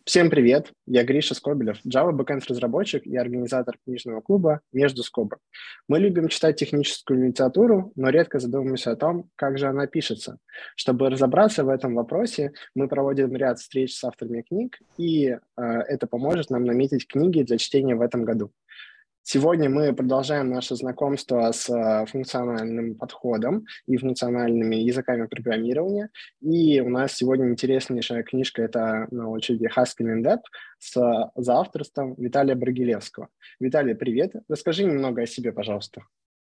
Всем привет, я Гриша Скобелев, Java backend-разработчик и организатор книжного клуба «Между скобок». Мы любим читать техническую литературу, но редко задумываемся о том, как же она пишется. Чтобы разобраться в этом вопросе, мы проводим ряд встреч с авторами книг, и это поможет нам наметить книги для чтения в этом году. Сегодня мы продолжаем наше знакомство с функциональным подходом и функциональными языками программирования. И у нас сегодня интереснейшая книжка, это на очереди Haskell in Depth за авторством Виталия Брагилевского. Виталий, привет. Расскажи немного о себе, пожалуйста.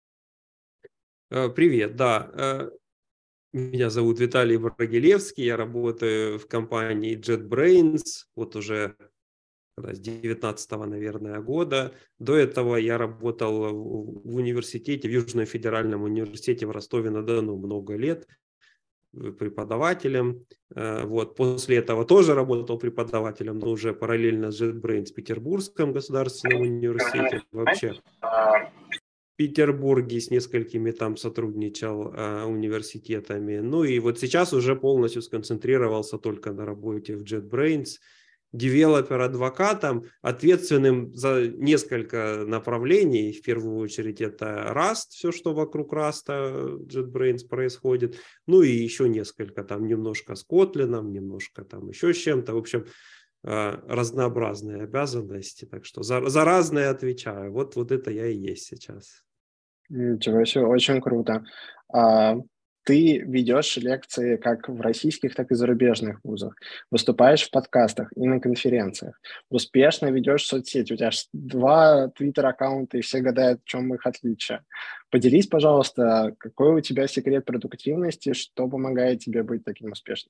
Привет, да. Меня зовут Виталий Брагилевский, я работаю в компании JetBrains, вот уже с 19-го, наверное, года. До этого я работал в университете, в Южном федеральном университете в Ростове-на-Дону много лет преподавателем. Вот. После этого тоже работал преподавателем, но уже параллельно с JetBrains в Петербургском государственном университете. Вообще в Петербурге с несколькими там сотрудничал университетами. Ну и вот сейчас уже полностью сконцентрировался только на работе в JetBrains, девелопер-адвокатом, ответственным за несколько направлений. В первую очередь это Rust, все, что вокруг Rust JetBrains происходит. Ну и еще несколько, там немножко с Kotlin, немножко там еще с чем-то. В общем, разнообразные обязанности. Так что за разные отвечаю. Вот это я и есть сейчас. Ничего себе, очень круто. Ты ведешь лекции как в российских, так и зарубежных вузах, выступаешь в подкастах и на конференциях, успешно ведешь соцсети, у тебя аж 2 твиттер-аккаунта, и все гадают, в чем их отличие. Поделись, пожалуйста, какой у тебя секрет продуктивности, что помогает тебе быть таким успешным?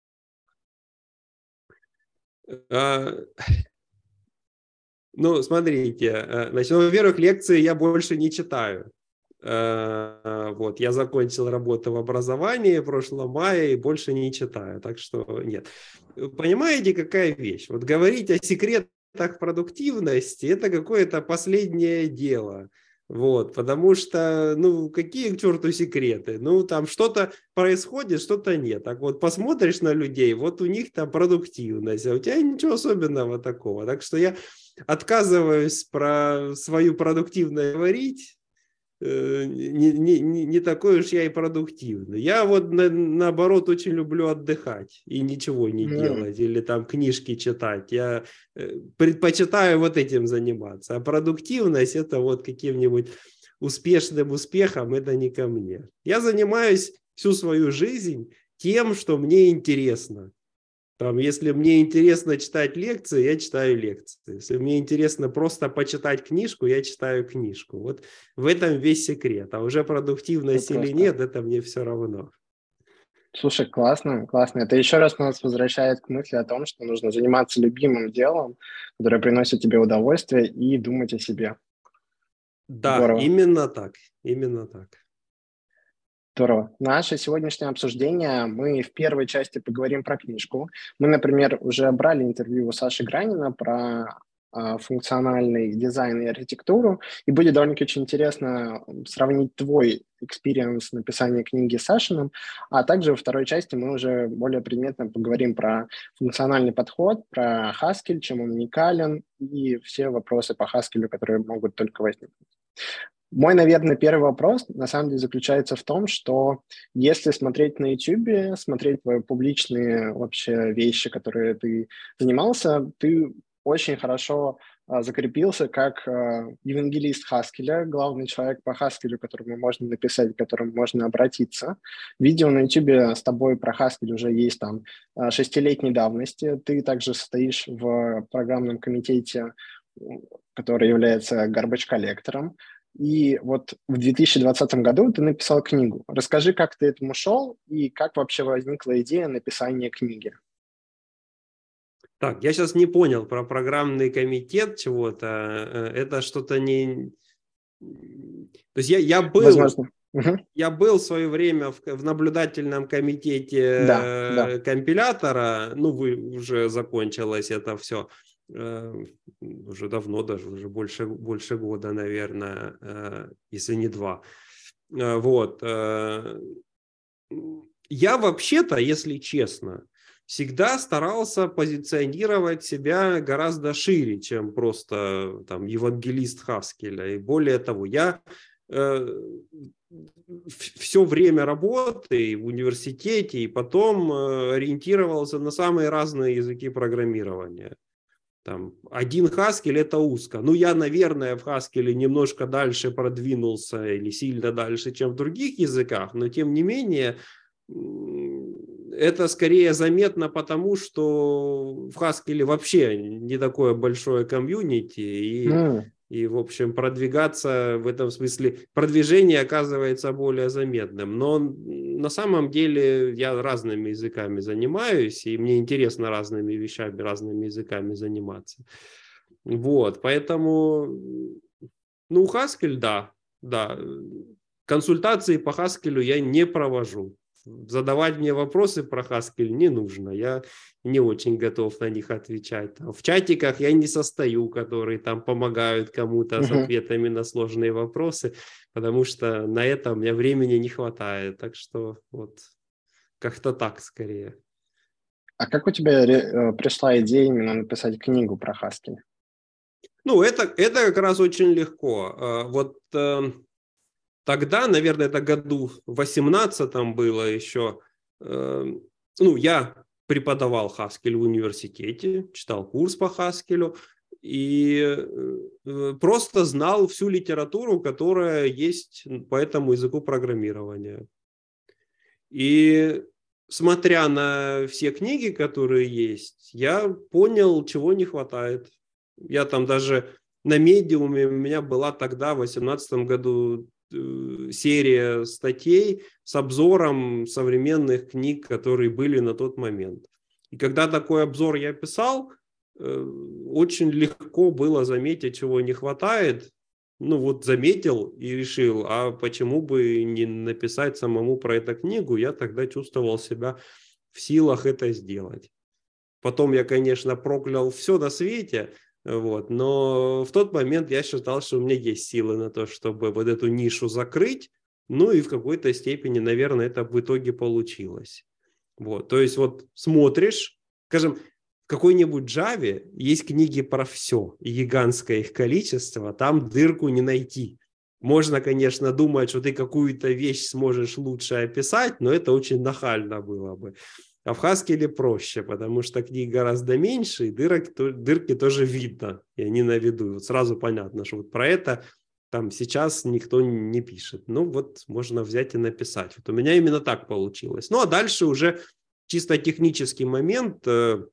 Ну, смотрите, значит, во-первых, лекции я больше не читаю. Вот, я закончил работу в образовании в прошлом мае и больше не читаю, так что нет. Понимаете, какая вещь? Вот говорить о секретах продуктивности – это какое-то последнее дело. Вот, потому что, ну, какие к черту секреты? Ну, там что-то происходит, что-то нет. Так вот, посмотришь на людей, вот у них там продуктивность, а у тебя ничего особенного такого. Так что я отказываюсь про свою продуктивность говорить. Не такой уж я и продуктивный. Я вот наоборот очень люблю отдыхать и ничего не делать или там книжки читать. Я предпочитаю вот этим заниматься. А продуктивность это вот каким-нибудь успешным успехом, это не ко мне. Я занимаюсь всю свою жизнь тем, что мне интересно. Там, если мне интересно читать лекции, я читаю лекции. Если мне интересно просто почитать книжку, я читаю книжку. Вот в этом весь секрет. А уже продуктивность или нет, это мне все равно. Слушай, классно, классно. Это еще раз нас возвращает к мысли о том, что нужно заниматься любимым делом, которое приносит тебе удовольствие, и думать о себе. Да, Здорово. именно так, именно так. Здорово. Наше сегодняшнее обсуждение, мы в первой части поговорим про книжку. Мы, например, уже брали интервью у Саши Гранина про функциональный дизайн и архитектуру, и будет довольно-таки очень интересно сравнить твой экспириенс написания книги с Сашиным, а также во второй части мы уже более предметно поговорим про функциональный подход, про Haskell, чем он уникален, и все вопросы по Haskell, которые могут только возникнуть. Мой, наверное, первый вопрос, на самом деле, заключается в том, что если смотреть на YouTube, смотреть твои публичные вообще вещи, которые ты занимался, ты очень хорошо закрепился как евангелист Haskell, главный человек по Haskell, которому можно написать, к которому можно обратиться. Видео на YouTube с тобой про Haskell уже есть там 6-летней давности. Ты также состоишь в программном комитете, который является garbage коллектором. И вот в 2020 году ты написал книгу. Расскажи, как ты этому шел и как вообще возникла идея написания книги. Так, я сейчас не понял про программный комитет чего-то. Это что-то не... То есть я был... Возможно. Я был в свое время в наблюдательном комитете Да. компилятора, ну, уже закончилось это все, уже давно, даже уже больше года, наверное, если не 2. Вот. Я вообще-то, если честно, всегда старался позиционировать себя гораздо шире, чем просто там евангелист Хаскеля. И более того, я все время работы и в университете, и потом ориентировался на самые разные языки программирования. Там, один Haskell — это узко. Ну, я, наверное, в Haskell немножко дальше продвинулся или сильно дальше, чем в других языках, но тем не менее это скорее заметно потому, что в Haskell вообще не такое большое комьюнити, и, в общем, продвигаться в этом смысле, продвижение оказывается более заметным. Но на самом деле я разными языками занимаюсь, и мне интересно разными вещами, разными языками заниматься. Вот, поэтому, ну, Haskell, да. Консультации по Haskell я не провожу. Задавать мне вопросы про Haskell не нужно. Я не очень готов на них отвечать. В чатиках я не состою, которые там помогают кому-то с ответами на сложные вопросы, потому что на это у меня времени не хватает. Так что вот как-то так скорее. А как у тебя пришла идея именно написать книгу про Haskell? Ну, это как раз очень легко. Вот тогда, наверное, это году в 18-м было еще, ну, я преподавал Haskell в университете, читал курс по Haskell и просто знал всю литературу, которая есть по этому языку программирования. И смотря на все книги, которые есть, я понял, чего не хватает. Я там даже на Медиуме, у меня была тогда в 2018 году серия статей с обзором современных книг, которые были на тот момент. И когда такой обзор я писал, очень легко было заметить, чего не хватает. Ну вот заметил и решил, а почему бы не написать самому про эту книгу? Я тогда чувствовал себя в силах это сделать. Потом я, конечно, проклял все на свете, вот, но в тот момент я считал, что у меня есть силы на то, чтобы вот эту нишу закрыть, ну и в какой-то степени, наверное, это в итоге получилось. Вот, то есть вот смотришь, скажем, в какой-нибудь Java есть книги про все, и гигантское их количество, там дырку не найти. Можно, конечно, думать, что ты какую-то вещь сможешь лучше описать, но это очень нахально было бы. А в Haskell проще, потому что книг гораздо меньше, и дырки тоже видно, и они на виду. Вот сразу понятно, что вот про это там сейчас никто не пишет. Ну вот можно взять и написать. Вот у меня именно так получилось. Ну а дальше уже чисто технический момент,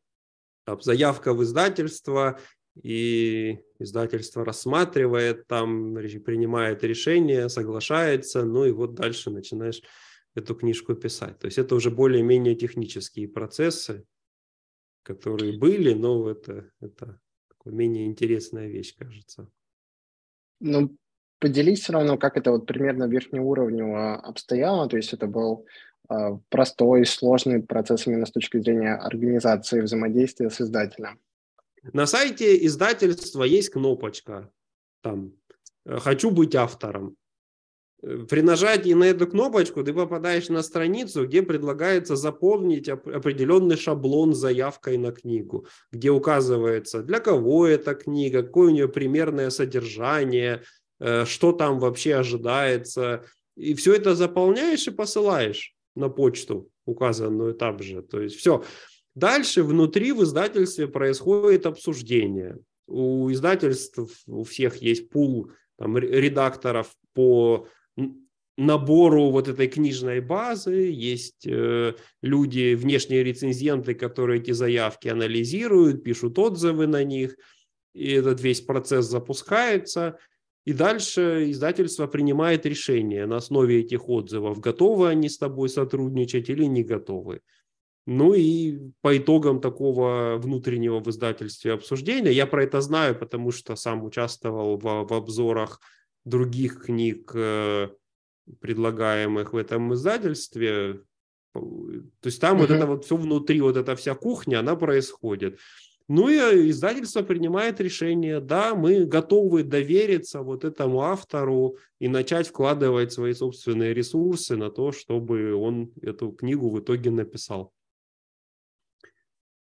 заявка в издательство, и издательство рассматривает, там принимает решение, соглашается, ну и вот дальше начинаешь эту книжку писать. То есть это уже более-менее технические процессы, которые были, но это такая менее интересная вещь, кажется. Ну, поделись все равно, как это вот примерно верхнеуровнево обстояло, то есть это был простой, сложный процесс именно с точки зрения организации взаимодействия с издателем. На сайте издательства есть кнопочка, там, «Хочу быть автором». При нажатии на эту кнопочку ты попадаешь на страницу, где предлагается заполнить определенный шаблон с заявкой на книгу, где указывается, для кого эта книга, какое у нее примерное содержание, что там вообще ожидается. И все это заполняешь и посылаешь на почту, указанную там же. То есть все. Дальше внутри в издательстве происходит обсуждение. У издательств у всех есть пул там, редакторов по набору вот этой книжной базы, есть люди, внешние рецензенты, которые эти заявки анализируют, пишут отзывы на них, и этот весь процесс запускается, и дальше издательство принимает решение на основе этих отзывов, готовы они с тобой сотрудничать или не готовы. Ну и по итогам такого внутреннего в издательстве обсуждения, я про это знаю, потому что сам участвовал в обзорах других книг, предлагаемых в этом издательстве. То есть там вот это вот все внутри, вот эта вся кухня, она происходит. Ну и издательство принимает решение, да, мы готовы довериться вот этому автору и начать вкладывать свои собственные ресурсы на то, чтобы он эту книгу в итоге написал.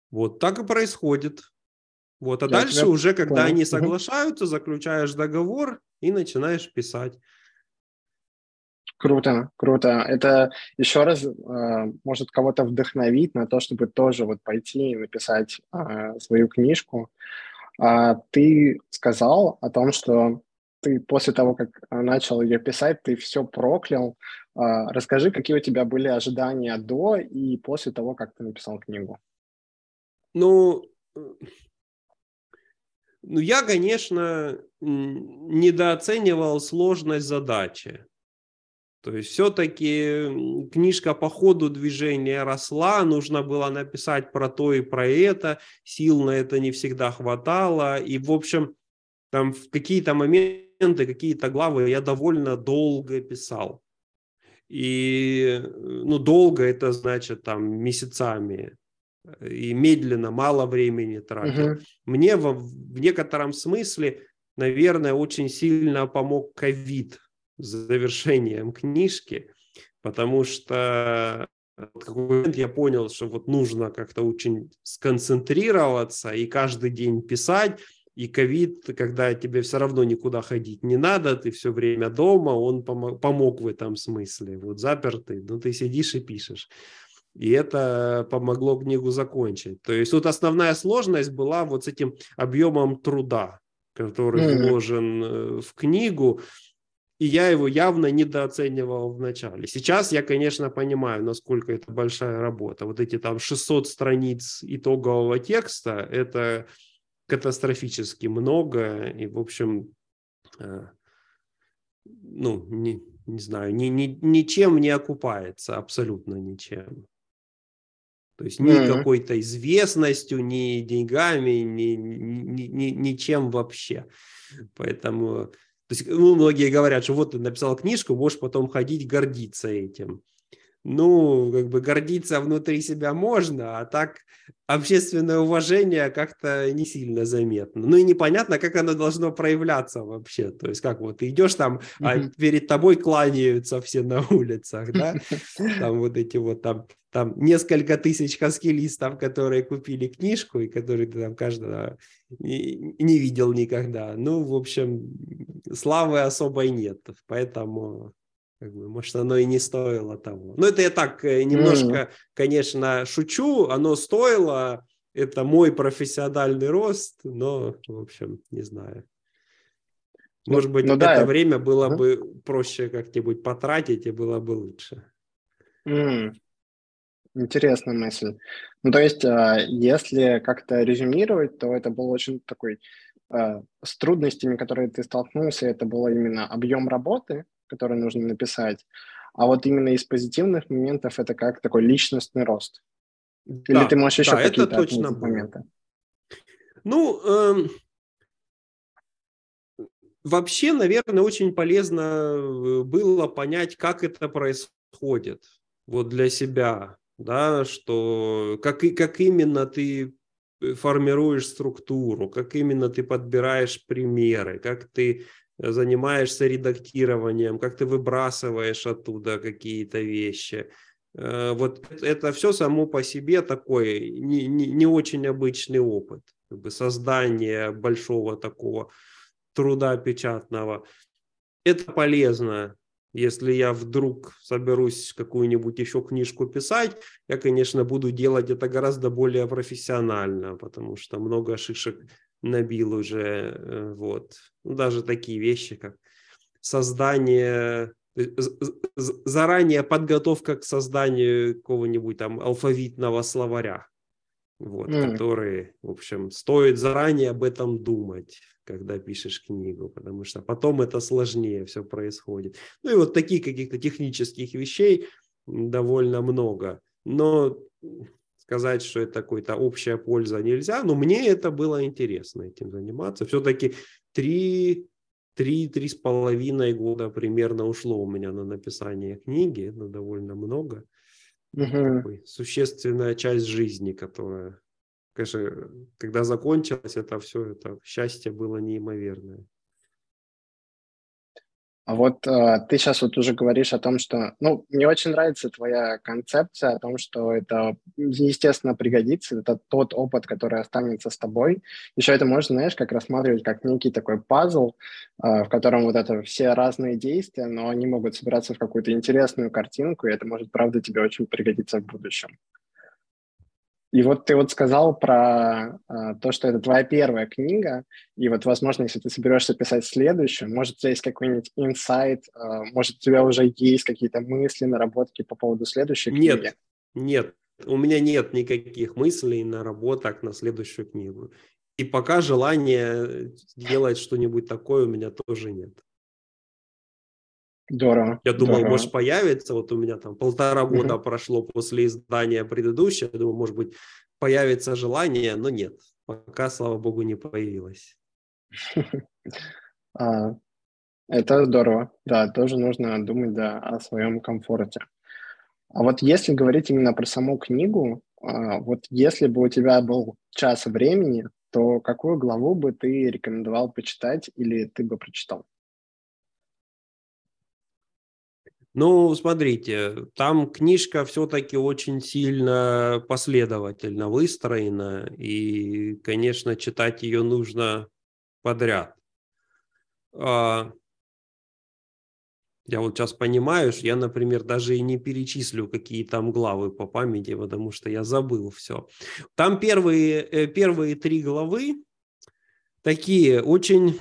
Вот так и происходит. Вот. А Я дальше тебя уже, когда понял. они Мгм. соглашаются, заключаешь договор и начинаешь писать. Круто, круто. Это еще раз может кого-то вдохновить на то, чтобы тоже вот пойти и написать свою книжку. Ты сказал о том, что ты после того, как начал ее писать, ты все проклял. Расскажи, какие у тебя были ожидания до и после того, как ты написал книгу. Ну, я, конечно, недооценивал сложность задачи. То есть все-таки книжка по ходу движения росла, нужно было написать про то и про это, сил на это не всегда хватало. И, в общем, там в какие-то моменты, какие-то главы я довольно долго писал. И, долго это значит там месяцами. И медленно, мало времени тратил. Мгм. Мне в некотором смысле, наверное, очень сильно помог ковид с завершением книжки, потому что в какой момент я понял, что вот нужно как-то очень сконцентрироваться и каждый день писать. И ковид, когда тебе все равно никуда ходить не надо, ты все время дома, он помог в этом смысле. Вот запертый, но ты сидишь и пишешь. И это помогло книгу закончить. То есть тут основная сложность была вот с этим объемом труда, который вложен в книгу, и я его явно недооценивал в начале. Сейчас я, конечно, понимаю, насколько это большая работа. Вот эти там 600 страниц итогового текста, это катастрофически много, и, в общем, не знаю, ничем не окупается, абсолютно ничем. То есть ни Мгм. какой-то известностью, ни деньгами, ничем вообще. Поэтому, то есть, многие говорят, что вот ты написал книжку, можешь потом ходить гордиться этим. Как бы гордиться внутри себя можно, а так общественное уважение как-то не сильно заметно. Ну и непонятно, как оно должно проявляться вообще. То есть как вот ты идешь там, а Мгм. перед тобой кланяются все на улицах, да? Там вот эти вот там несколько тысяч хаскилистов, которые купили книжку и которые ты там каждого не видел никогда. В общем, славы особой нет. Поэтому может, оно и не стоило того. Это я так Мгм. немножко, конечно, шучу. Оно стоило. Это мой профессиональный рост. Но, в общем, не знаю. Может быть, Ну да. это время было Мгм. бы проще как-нибудь потратить, и было бы лучше. Интересная мысль. То есть, если как-то резюмировать, то это был очень такой, с трудностями, которые ты столкнулся, это было именно объем работы, который нужно написать, а вот именно из позитивных моментов это как такой личностный рост. Или ты Да, можешь еще да, это какие-то точно отметить было. моменты? Ну, вообще, наверное, очень полезно было понять, как это происходит вот для себя, да, что как именно ты формируешь структуру, как именно ты подбираешь примеры, как ты занимаешься редактированием, как ты выбрасываешь оттуда какие-то вещи. Вот это все само по себе такой не очень обычный опыт, как бы создание большого такого труда печатного. Это полезно. Если я вдруг соберусь какую-нибудь еще книжку писать, я, конечно, буду делать это гораздо более профессионально, потому что много шишек набил уже. Вот. Даже такие вещи, как создание, заранее подготовка к созданию какого-нибудь там алфавитного словаря. Вот, М, которые, в общем, стоит заранее об этом думать, когда пишешь книгу, потому что потом это сложнее все происходит. И вот таких каких-то технических вещей довольно много. Но сказать, что это какая-то общая польза нельзя, но мне это было интересно этим заниматься. Все-таки 3,5 года примерно ушло у меня на написание книги, это довольно много. мгм. Такой существенная часть жизни, которая, конечно, когда закончилось это все, это счастье было неимоверное. А вот ты сейчас вот уже говоришь о том, что, ну, мне очень нравится твоя концепция о том, что это, естественно, пригодится, это тот опыт, который останется с тобой. Еще это можно, знаешь, как рассматривать как некий такой пазл, в котором вот это все разные действия, но они могут собираться в какую-то интересную картинку, и это может, правда, тебе очень пригодиться в будущем. И вот ты вот сказал про то, что это твоя первая книга, и вот, возможно, если ты соберешься писать следующую, может, у тебя есть какой-нибудь инсайт, может, у тебя уже есть какие-то мысли, наработки по поводу следующей книги? Нет, у меня нет никаких мыслей, наработок на следующую книгу. И пока желания сделать что-нибудь такое у меня тоже нет. Здорово, Я думал, может, здорово. появится. Вот у меня там 1,5 года Мгм. прошло после издания предыдущего. Я думаю, может быть, появится желание, но нет. Пока, слава богу, не появилось. А, Это здорово. Да, тоже нужно думать, да, о своем комфорте. А вот если говорить именно про саму книгу, вот если бы у тебя был час времени, то какую главу бы ты рекомендовал почитать или ты бы прочитал? Ну, смотрите, там книжка все-таки очень сильно последовательно выстроена, и, конечно, читать ее нужно подряд. Я вот сейчас понимаю, что я, например, даже и не перечислю, какие там главы по памяти, потому что я забыл все. Там первые 3 главы такие очень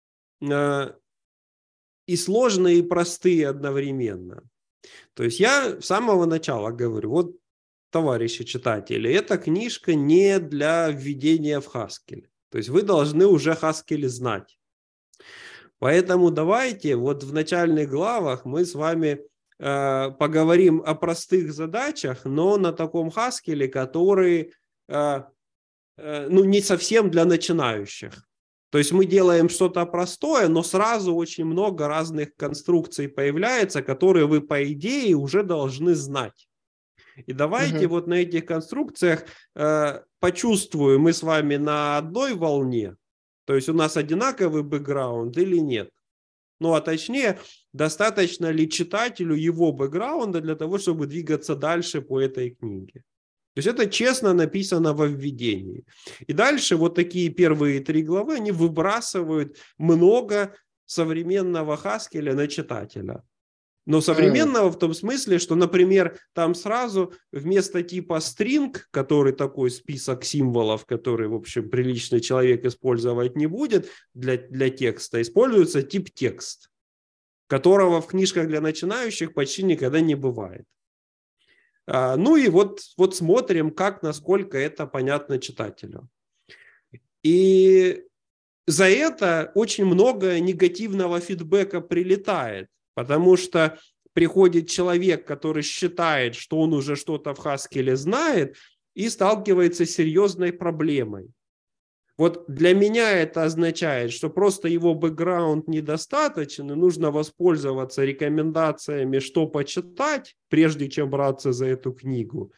и сложные, и простые одновременно. То есть я с самого начала говорю, вот, товарищи читатели, эта книжка не для введения в Haskell. То есть вы должны уже Haskell знать. Поэтому давайте вот в начальных главах мы с вами поговорим о простых задачах, но на таком Haskell, который ну, не совсем для начинающих. То есть мы делаем что-то простое, но сразу очень много разных конструкций появляется, которые вы, по идее, уже должны знать. И давайте Мгм. вот на этих конструкциях почувствуем, мы с вами на одной волне, то есть у нас одинаковый бэкграунд или нет. Ну, а точнее, достаточно ли читателю его бэкграунда для того, чтобы двигаться дальше по этой книге. То есть это честно написано во введении. И дальше вот такие первые 3 главы, они выбрасывают много современного Haskell на читателя. Но современного в том смысле, что, например, там сразу вместо типа string, который такой список символов, который, в общем, приличный человек использовать не будет для текста, используется тип текст, которого в книжках для начинающих почти никогда не бывает. Ну и вот смотрим, насколько это понятно читателю. И за это очень много негативного фидбэка прилетает, потому что приходит человек, который считает, что он уже что-то в Haskell знает, и сталкивается с серьезной проблемой. Вот для меня это означает, что просто его бэкграунд недостаточен, и нужно воспользоваться рекомендациями, что почитать, прежде чем браться за эту книгу.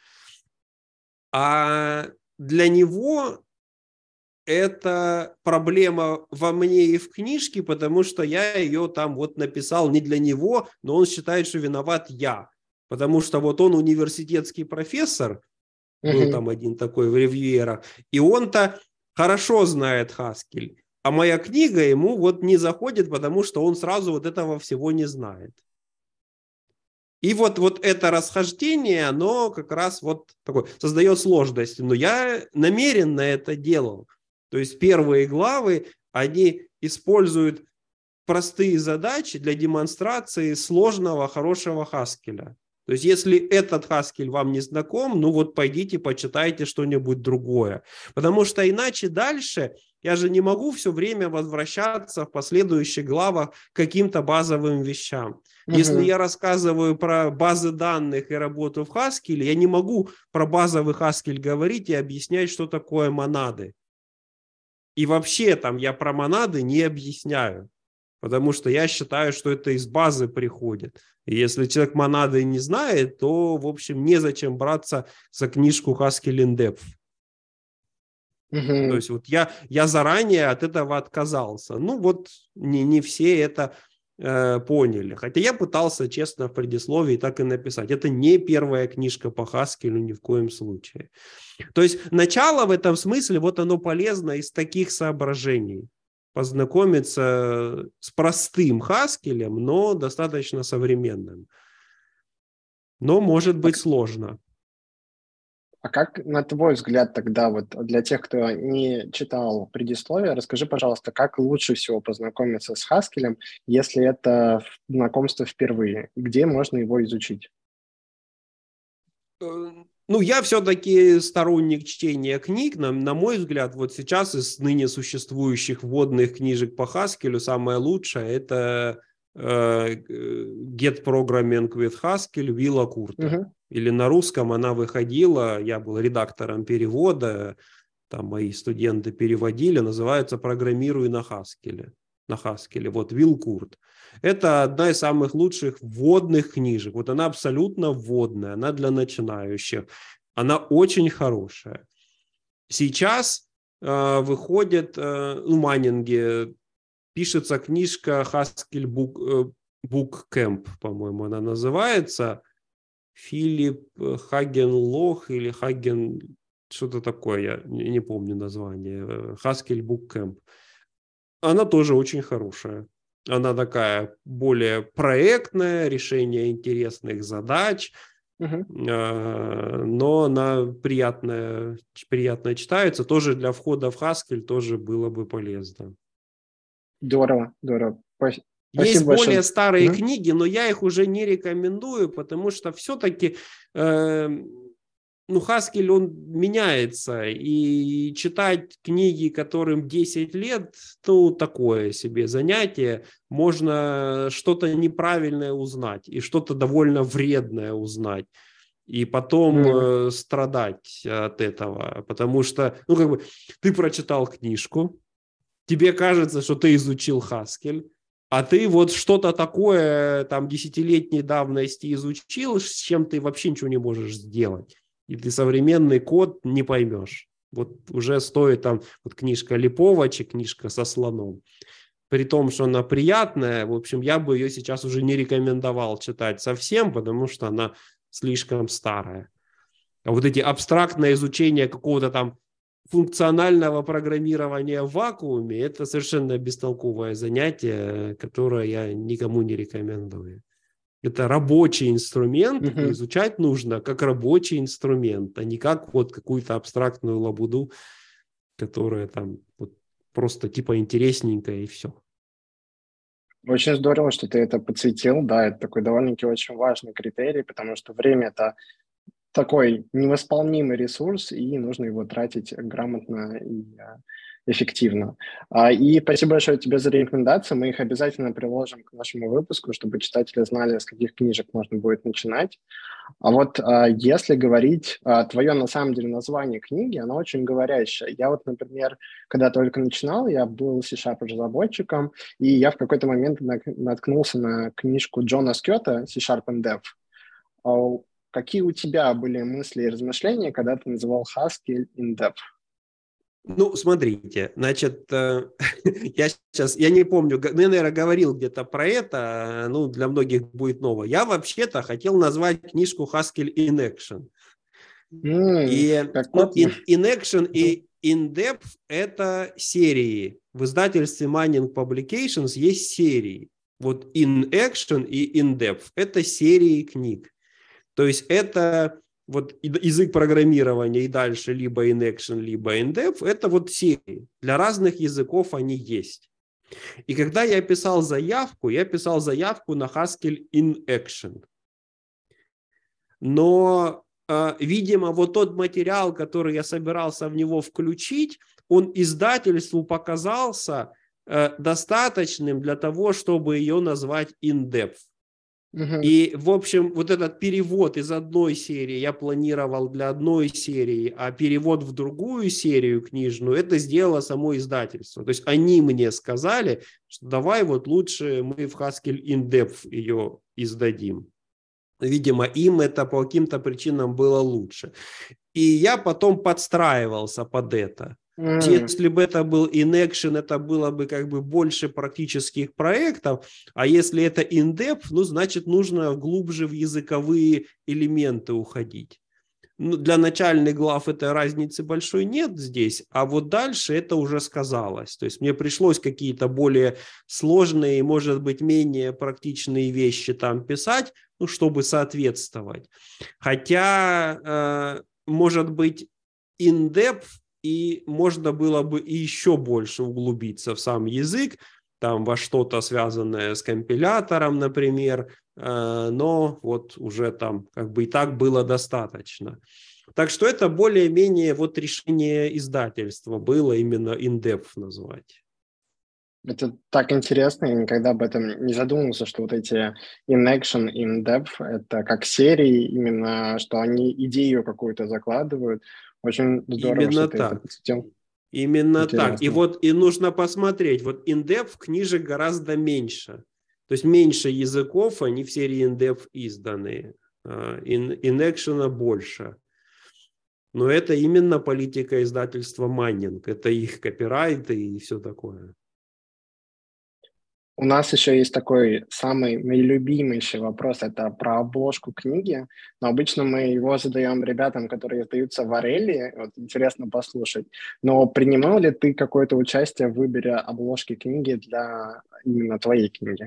А для него это проблема во мне и в книжке, потому что я ее там вот написал не для него, но он считает, что виноват я. Потому что вот он университетский профессор, был Мгм. там один такой в ревьюерах, и он-то хорошо знает Haskell, а моя книга ему вот не заходит, потому что он сразу вот этого всего не знает. И вот это расхождение, оно как раз вот такое, создает сложности. Но я намеренно это делал. То есть первые главы, они используют простые задачи для демонстрации сложного, хорошего Haskell. То есть если этот Haskell вам не знаком, ну вот пойдите почитайте что-нибудь другое. Потому что иначе дальше я же не могу все время возвращаться в последующих главах к каким-то базовым вещам. Если Мгм. я рассказываю про базы данных и работу в Haskell, я не могу про базовый Haskell говорить и объяснять, что такое монады. И вообще там я про монады не объясняю. Потому что я считаю, что это из базы приходит. И если человек монады не знает, то, в общем, незачем браться за книжку Haskell in Depth. То Мгм. есть вот я заранее от этого отказался. Ну вот не все это поняли. Хотя я пытался, честно, в предисловии так и написать. Это не первая книжка по Хаскелю ни в коем случае. То есть начало в этом смысле, вот оно полезно из таких соображений. Познакомиться с простым Хаскелем, но достаточно современным. Но может быть сложно. А как, на твой взгляд, тогда вот для тех, кто не читал предисловие, расскажи, пожалуйста, как лучше всего познакомиться с Хаскелем, если это знакомство впервые? Где можно его изучить? Ну, я все-таки сторонник чтения книг. На мой взгляд, вот сейчас из ныне существующих вводных книжек по Хаскелю самое лучшее – это Get Programming with Haskell Вилла Курта. Угу. Или на русском она выходила, я был редактором перевода, там мои студенты переводили, называется «Программируй на Хаскеле». На Хаскеле, вот Вилл Курт. Это одна из самых лучших вводных книжек. Вот она абсолютно вводная, она для начинающих. Она очень хорошая. Сейчас выходит, в Маннинге пишется книжка Haskell Book Camp, по-моему, она называется. Филипп Хагенлох или Хаген, что-то такое, я не помню название. Haskell Book Camp. Она тоже очень хорошая. Она такая более проектная, решение интересных задач, но она приятно читается. Тоже для входа в Haskell тоже было бы полезно. Здорово, здорово. Есть большое. более старые книги, но я их уже не рекомендую, потому что все-таки Haskell, он меняется, и читать книги, которым 10 лет, такое себе занятие, можно что-то неправильное узнать и что-то довольно вредное узнать, и потом страдать от этого, потому что, ты прочитал книжку, тебе кажется, что ты изучил Haskell, а ты вот что-то такое там 10-летней давности изучил, с чем ты вообще ничего не можешь сделать. И ты современный код не поймешь. Вот уже стоит там вот книжка Липовача, книжка со слоном. При том, что она приятная, в общем, я бы ее сейчас уже не рекомендовал читать совсем, потому что она слишком старая. А вот эти абстрактное изучение какого-то там функционального программирования в вакууме – это совершенно бестолковое занятие, которое я никому не рекомендую. Это рабочий инструмент, и изучать нужно как рабочий инструмент, а не как вот какую-то абстрактную лабуду, которая там вот просто типа интересненькая и все. Очень здорово, что ты это подсветил. Да, это такой довольно-таки очень важный критерий, потому что время – это такой невосполнимый ресурс, и нужно его тратить грамотно и эффективно. И спасибо большое тебе за рекомендации. Мы их обязательно приложим к нашему выпуску, чтобы читатели знали, с каких книжек можно будет начинать. А вот если говорить, твое на самом деле название книги, оно очень говорящее. Я вот, например, когда только начинал, я был C#-разработчиком, и я в какой-то момент наткнулся на книжку Джона Скотта C# and Dev. Какие у тебя были мысли и размышления, когда ты называл Haskell in Dev? Ну, смотрите, значит, я не помню, я, наверное, говорил где-то про это, для многих будет ново. Я вообще-то хотел назвать книжку Haskell in Action. И in Action и in Depth – это серии. В издательстве Manning Publications есть серии. Вот in Action и in Depth – это серии книг. То есть это вот язык программирования и дальше либо in action, либо in depth, это вот серии. Для разных языков они есть. И когда я писал заявку на Haskell in action. Но, видимо, вот тот материал, который я собирался в него включить, он издательству показался достаточным для того, чтобы ее назвать in depth. И, в общем, вот этот перевод из одной серии я планировал для одной серии, а перевод в другую серию книжную, это сделало само издательство. То есть они мне сказали, что давай вот лучше мы в Haskell in Depth ее издадим. Видимо, им это по каким-то причинам было лучше. И я потом подстраивался под это. Если бы это был in-action, это было бы как бы больше практических проектов, а если это in-depth, ну, значит, нужно глубже в языковые элементы уходить. Ну, для начальных глав этой разницы большой нет здесь, а вот дальше это уже сказалось. То есть мне пришлось какие-то более сложные, может быть, менее практичные вещи там писать, ну, чтобы соответствовать. Хотя, может быть, in-depth, и можно было бы еще больше углубиться в сам язык, там во что-то связанное с компилятором, например, но вот уже там как бы и так было достаточно. Так что это более-менее вот решение издательства было именно in-depth назвать. Это так интересно, я никогда об этом не задумывался, что вот эти in-action, in-depth, это как серии, именно что они идею какую-то закладывают. Очень здорово, что Именно ты это так. подсветил. Именно так. И Интересно. вот и нужно посмотреть, вот in-depth книжек гораздо меньше. То есть меньше языков, они в серии in-depth изданы. In-action больше. Но это именно политика издательства Маннинг. Это их копирайты и все такое. У нас еще есть такой самый наилюбимейший вопрос, это про обложку книги, но обычно мы его задаем ребятам, которые издаются в Орелии, вот интересно послушать. Но принимал ли ты какое-то участие в выборе обложки книги для именно твоей книги?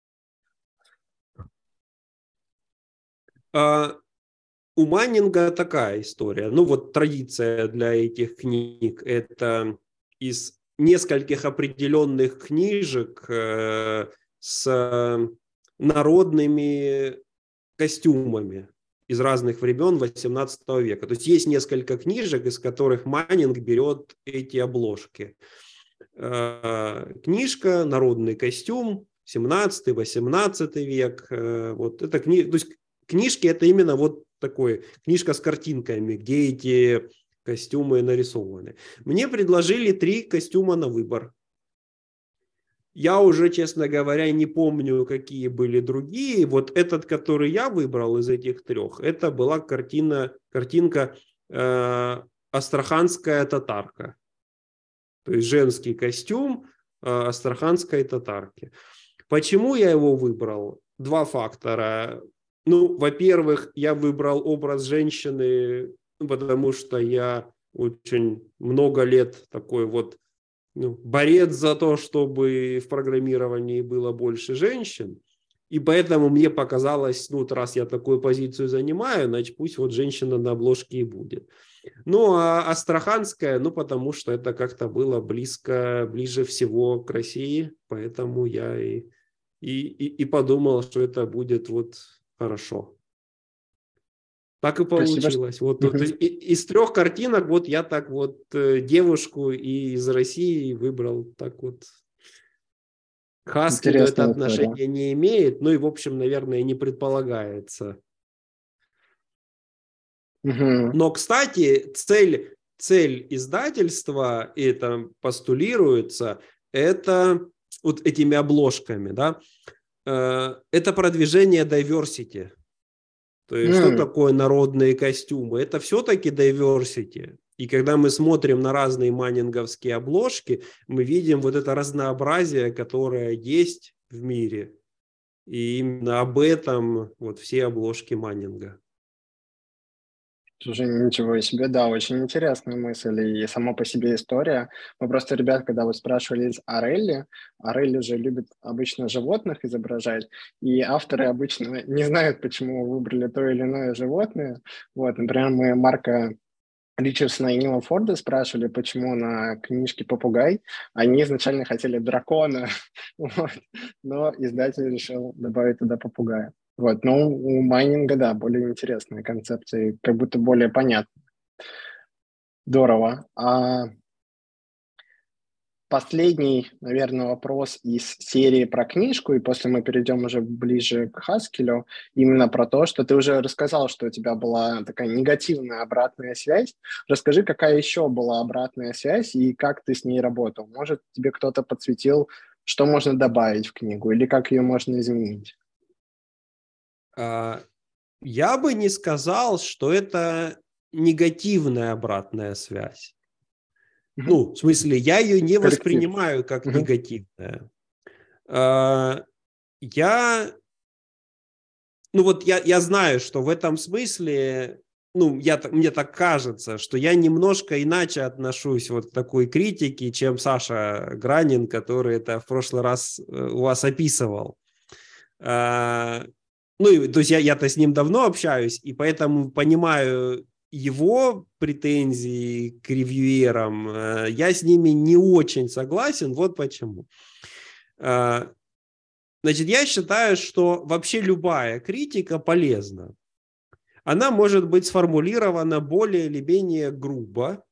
У Маннинга такая история. Ну вот традиция для этих книг – это из нескольких определенных книжек с народными костюмами из разных времен XVIII века. То есть есть несколько книжек, из которых Маннинг берет эти обложки. Книжка «Народный костюм», 17-18 век. Вот это книга, то есть книжки это именно вот такой, книжка с картинками, где эти костюмы нарисованы. Мне предложили 3 костюма на выбор. Я уже, честно говоря, не помню, какие были другие. Вот этот, который я выбрал из этих 3, это была картинка «Астраханская татарка». То есть женский костюм астраханской татарки. Почему я его выбрал? 2 фактора. Ну, во-первых, я выбрал образ женщины, потому что я очень много лет такой вот борец за то, чтобы в программировании было больше женщин. И поэтому мне показалось, ну, вот раз я такую позицию занимаю, значит, пусть вот женщина на обложке и будет. Ну, а астраханская, ну, потому что это как-то было ближе всего к России, поэтому я и подумал, что это будет вот хорошо. Так и получилось. Вот, из 3 картинок вот я так вот девушку из России выбрал так вот. К Хаскелю это отношение не имеет, ну и, в общем, наверное, не предполагается. Но, кстати, цель издательства, и это постулируется, это вот этими обложками, да, это продвижение diversity. То есть, что такое народные костюмы? Это все-таки diversity. И когда мы смотрим на разные маннинговские обложки, мы видим вот это разнообразие, которое есть в мире. И именно об этом вот все обложки Маннинга. Слушай, ничего себе, да, очень интересная мысль и сама по себе история. Мы просто, ребят, когда вы спрашивали из Орелли же любит обычно животных изображать, и авторы обычно не знают, почему выбрали то или иное животное. Вот, например, мы Марка Ричардсона и Нила Форда спрашивали, почему на книжке попугай. Они изначально хотели дракона, вот, но издатель решил добавить туда попугая. Вот, но у майнинга, да, более интересные концепции, как будто более понятны. Здорово. Последний, наверное, вопрос из серии про книжку, и после мы перейдем уже ближе к Хаскелю, именно про то, что ты уже рассказал, что у тебя была такая негативная обратная связь. Расскажи, какая еще была обратная связь и как ты с ней работал? Может, тебе кто-то подсветил, что можно добавить в книгу или как ее можно изменить? Я бы не сказал, что это негативная обратная связь. Ну, в смысле, я ее не Корректив. воспринимаю как негативная. Я знаю, что в этом смысле, мне так кажется, что я немножко иначе отношусь вот к такой критике, чем Саша Гранин, который это в прошлый раз у вас описывал. То есть я-то с ним давно общаюсь, и поэтому понимаю его претензии к ревьюерам. Я с ними не очень согласен, вот почему. Значит, я считаю, что вообще любая критика полезна. Она может быть сформулирована более или менее грубо.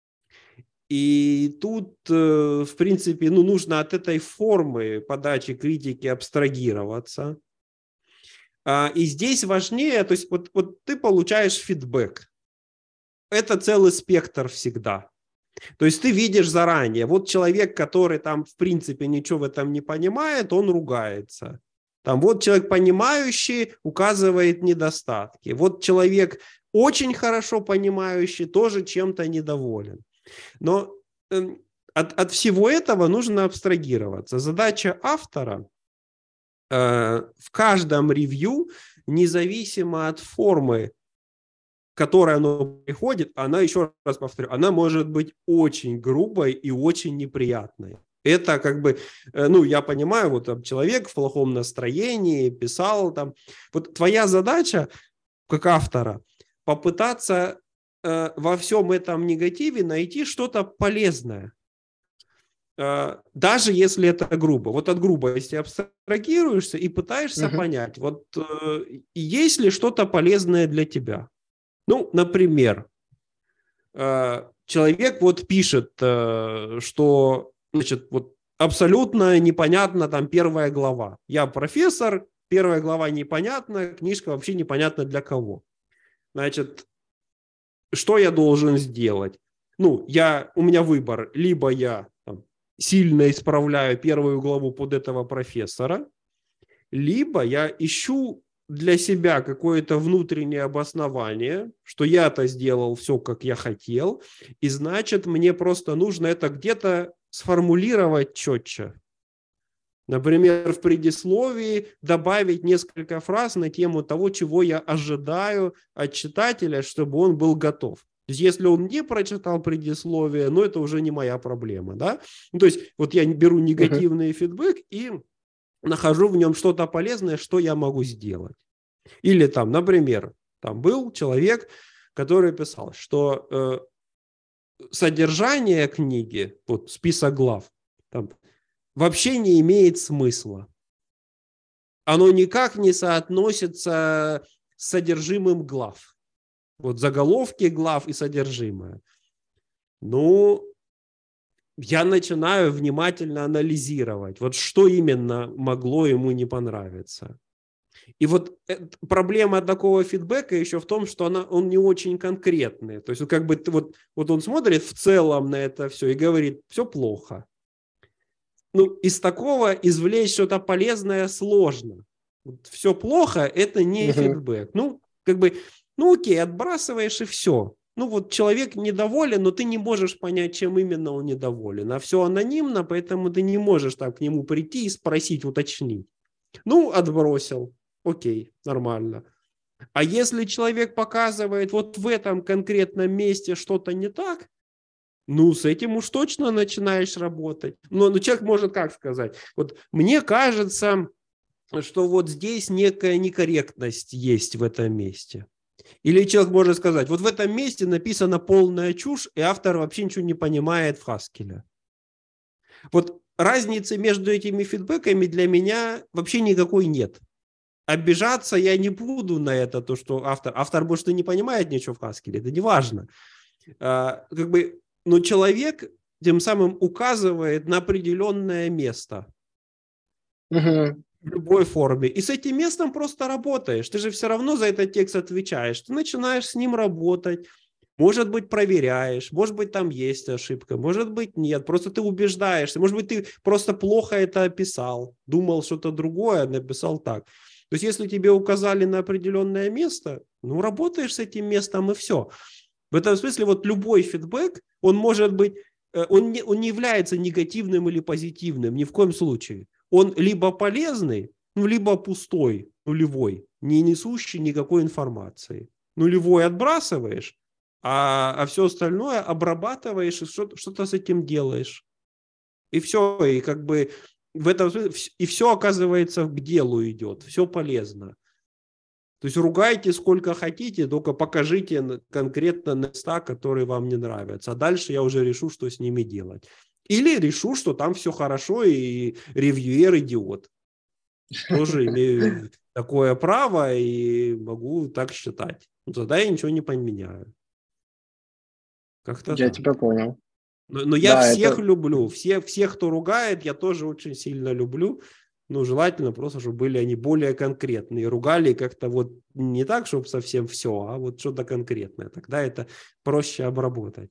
И тут, в принципе, нужно от этой формы подачи критики абстрагироваться. И здесь важнее, то есть вот ты получаешь фидбэк. Это целый спектр всегда. То есть ты видишь заранее, вот человек, который там в принципе ничего в этом не понимает, он ругается. Там вот человек понимающий указывает недостатки. Вот человек очень хорошо понимающий тоже чем-то недоволен. Но от всего этого нужно абстрагироваться. Задача автора в каждом ревью, независимо от формы, к которой оно приходит, она, еще раз повторю, она может быть очень грубой и очень неприятной. Это как бы, я понимаю, вот там человек в плохом настроении писал там. Вот твоя задача, как автора, попытаться во всем этом негативе найти что-то полезное. Даже если это грубо. Вот от грубости абстрагируешься и пытаешься понять, вот есть ли что-то полезное для тебя. Ну, например, человек вот пишет, что, значит, вот абсолютно непонятна там первая глава. Я профессор, первая глава непонятна, книжка вообще непонятна для кого. Значит, что я должен сделать? У меня выбор. Либо я сильно исправляю первую главу под этого профессора, либо я ищу для себя какое-то внутреннее обоснование, что я-то сделал все, как я хотел, и значит, мне просто нужно это где-то сформулировать четче. Например, в предисловии добавить несколько фраз на тему того, чего я ожидаю от читателя, чтобы он был готов. То есть, если он не прочитал предисловие, это уже не моя проблема, да? То есть, вот я беру негативный фидбэк и нахожу в нем что-то полезное, что я могу сделать. Или там, например, там был человек, который писал, что содержание книги, вот список глав, там, вообще не имеет смысла. Оно никак не соотносится с содержимым глав. Вот заголовки глав и содержимое. Я начинаю внимательно анализировать, вот что именно могло ему не понравиться. И вот проблема такого фидбэка еще в том, что он не очень конкретный. То есть вот он смотрит в целом на это все и говорит, все плохо. Из такого извлечь что-то полезное сложно. Вот все плохо, это не фидбэк. Окей, отбрасываешь и все. Вот человек недоволен, но ты не можешь понять, чем именно он недоволен. А все анонимно, поэтому ты не можешь так к нему прийти и спросить, уточнить. Отбросил. Окей, нормально. А если человек показывает вот в этом конкретном месте что-то не так, с этим уж точно начинаешь работать. Но человек может как сказать? Вот мне кажется, что вот здесь некая некорректность есть в этом месте. Или человек может сказать, вот в этом месте написана полная чушь, и автор вообще ничего не понимает в Haskell. Вот разницы между этими фидбэками для меня вообще никакой нет. Обижаться я не буду на это, то, что автор может и не понимает ничего в Haskell, это не важно. Но человек тем самым указывает на определенное место. В любой форме. И с этим местом просто работаешь. Ты же все равно за этот текст отвечаешь. Ты начинаешь с ним работать. Может быть, проверяешь. Может быть, там есть ошибка. Может быть, нет. Просто ты убеждаешься. Может быть, ты просто плохо это описал. Думал что-то другое, написал так. То есть, если тебе указали на определенное место, работаешь с этим местом и все. В этом смысле вот любой фидбэк, он может быть он не является негативным или позитивным, ни в коем случае. Он либо полезный, либо пустой, нулевой, не несущий никакой информации. Нулевой отбрасываешь, а все остальное обрабатываешь и что-то с этим делаешь. И все, и как бы в этом и все оказывается к делу идет, все полезно. То есть ругайте сколько хотите, только покажите конкретно места, которые вам не нравятся. А дальше я уже решу, что с ними делать. Или решу, что там все хорошо, и ревьюер идиот. Тоже имею такое право и могу так считать. Ну, тогда я ничего не поменяю. Как-то Я так. тебя понял. Но я Да, всех это... люблю. Всех, кто ругает, я тоже очень сильно люблю. Ну, желательно просто, чтобы были они более конкретные. Ругали как-то вот не так, чтобы совсем все, а вот что-то конкретное. Тогда это проще обработать.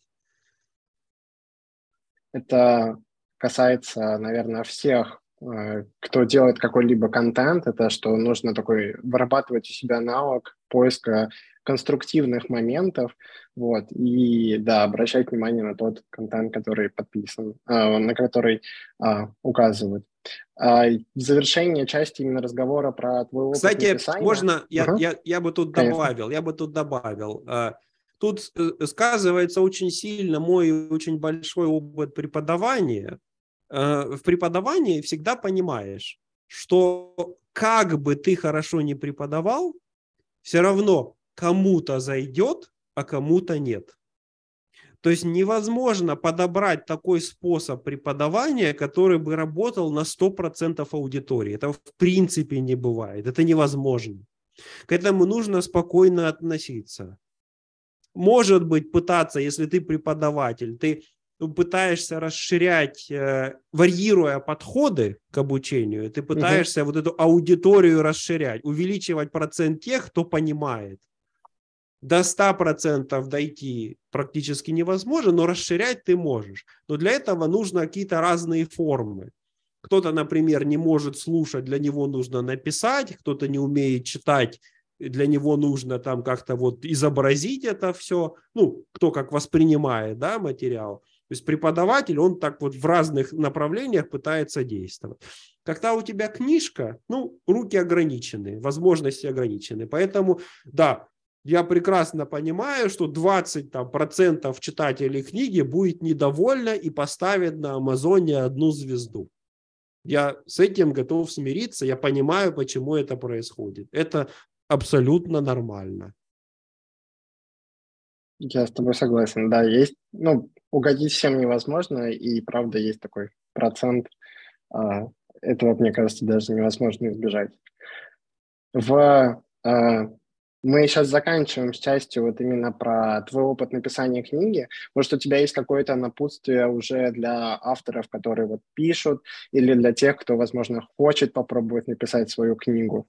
Это касается, наверное, всех, кто делает какой-либо контент, это что нужно такой вырабатывать у себя навык поиска конструктивных моментов, вот, и, да, обращать внимание на тот контент, который подписан, на который указывают. В завершение части именно разговора про твой опыт Кстати, написания. можно, я бы тут Конечно. добавил. Тут сказывается очень сильно мой очень большой опыт преподавания. В преподавании всегда понимаешь, что как бы ты хорошо не преподавал, все равно кому-то зайдет, а кому-то нет. То есть невозможно подобрать такой способ преподавания, который бы работал на 100% аудитории. Это в принципе не бывает. Это невозможно. К этому нужно спокойно относиться. Может быть, пытаться, если ты преподаватель, ты пытаешься расширять, варьируя подходы к обучению, ты пытаешься вот эту аудиторию расширять, увеличивать процент тех, кто понимает. До 100% дойти практически невозможно, но расширять ты можешь. Но для этого нужно какие-то разные формы. Кто-то, например, не может слушать, для него нужно написать, кто-то не умеет читать, для него нужно там как-то вот изобразить это все, ну, кто как воспринимает, да, материал. То есть преподаватель, он так вот в разных направлениях пытается действовать. Когда у тебя книжка, ну, руки ограничены, возможности ограничены. Поэтому, да, я прекрасно понимаю, что 20% читателей книги будет недовольно и поставит на Амазоне 1 звезду. Я с этим готов смириться, я понимаю, почему это происходит. Это абсолютно нормально. Я с тобой согласен, да, есть, ну, угодить всем невозможно, и правда есть такой процент, а, этого, мне кажется, даже невозможно избежать. Мы сейчас заканчиваем с частью вот именно про твой опыт написания книги. Может, у тебя есть какое-то напутствие уже для авторов, которые вот пишут, или для тех, кто, возможно, хочет попробовать написать свою книгу?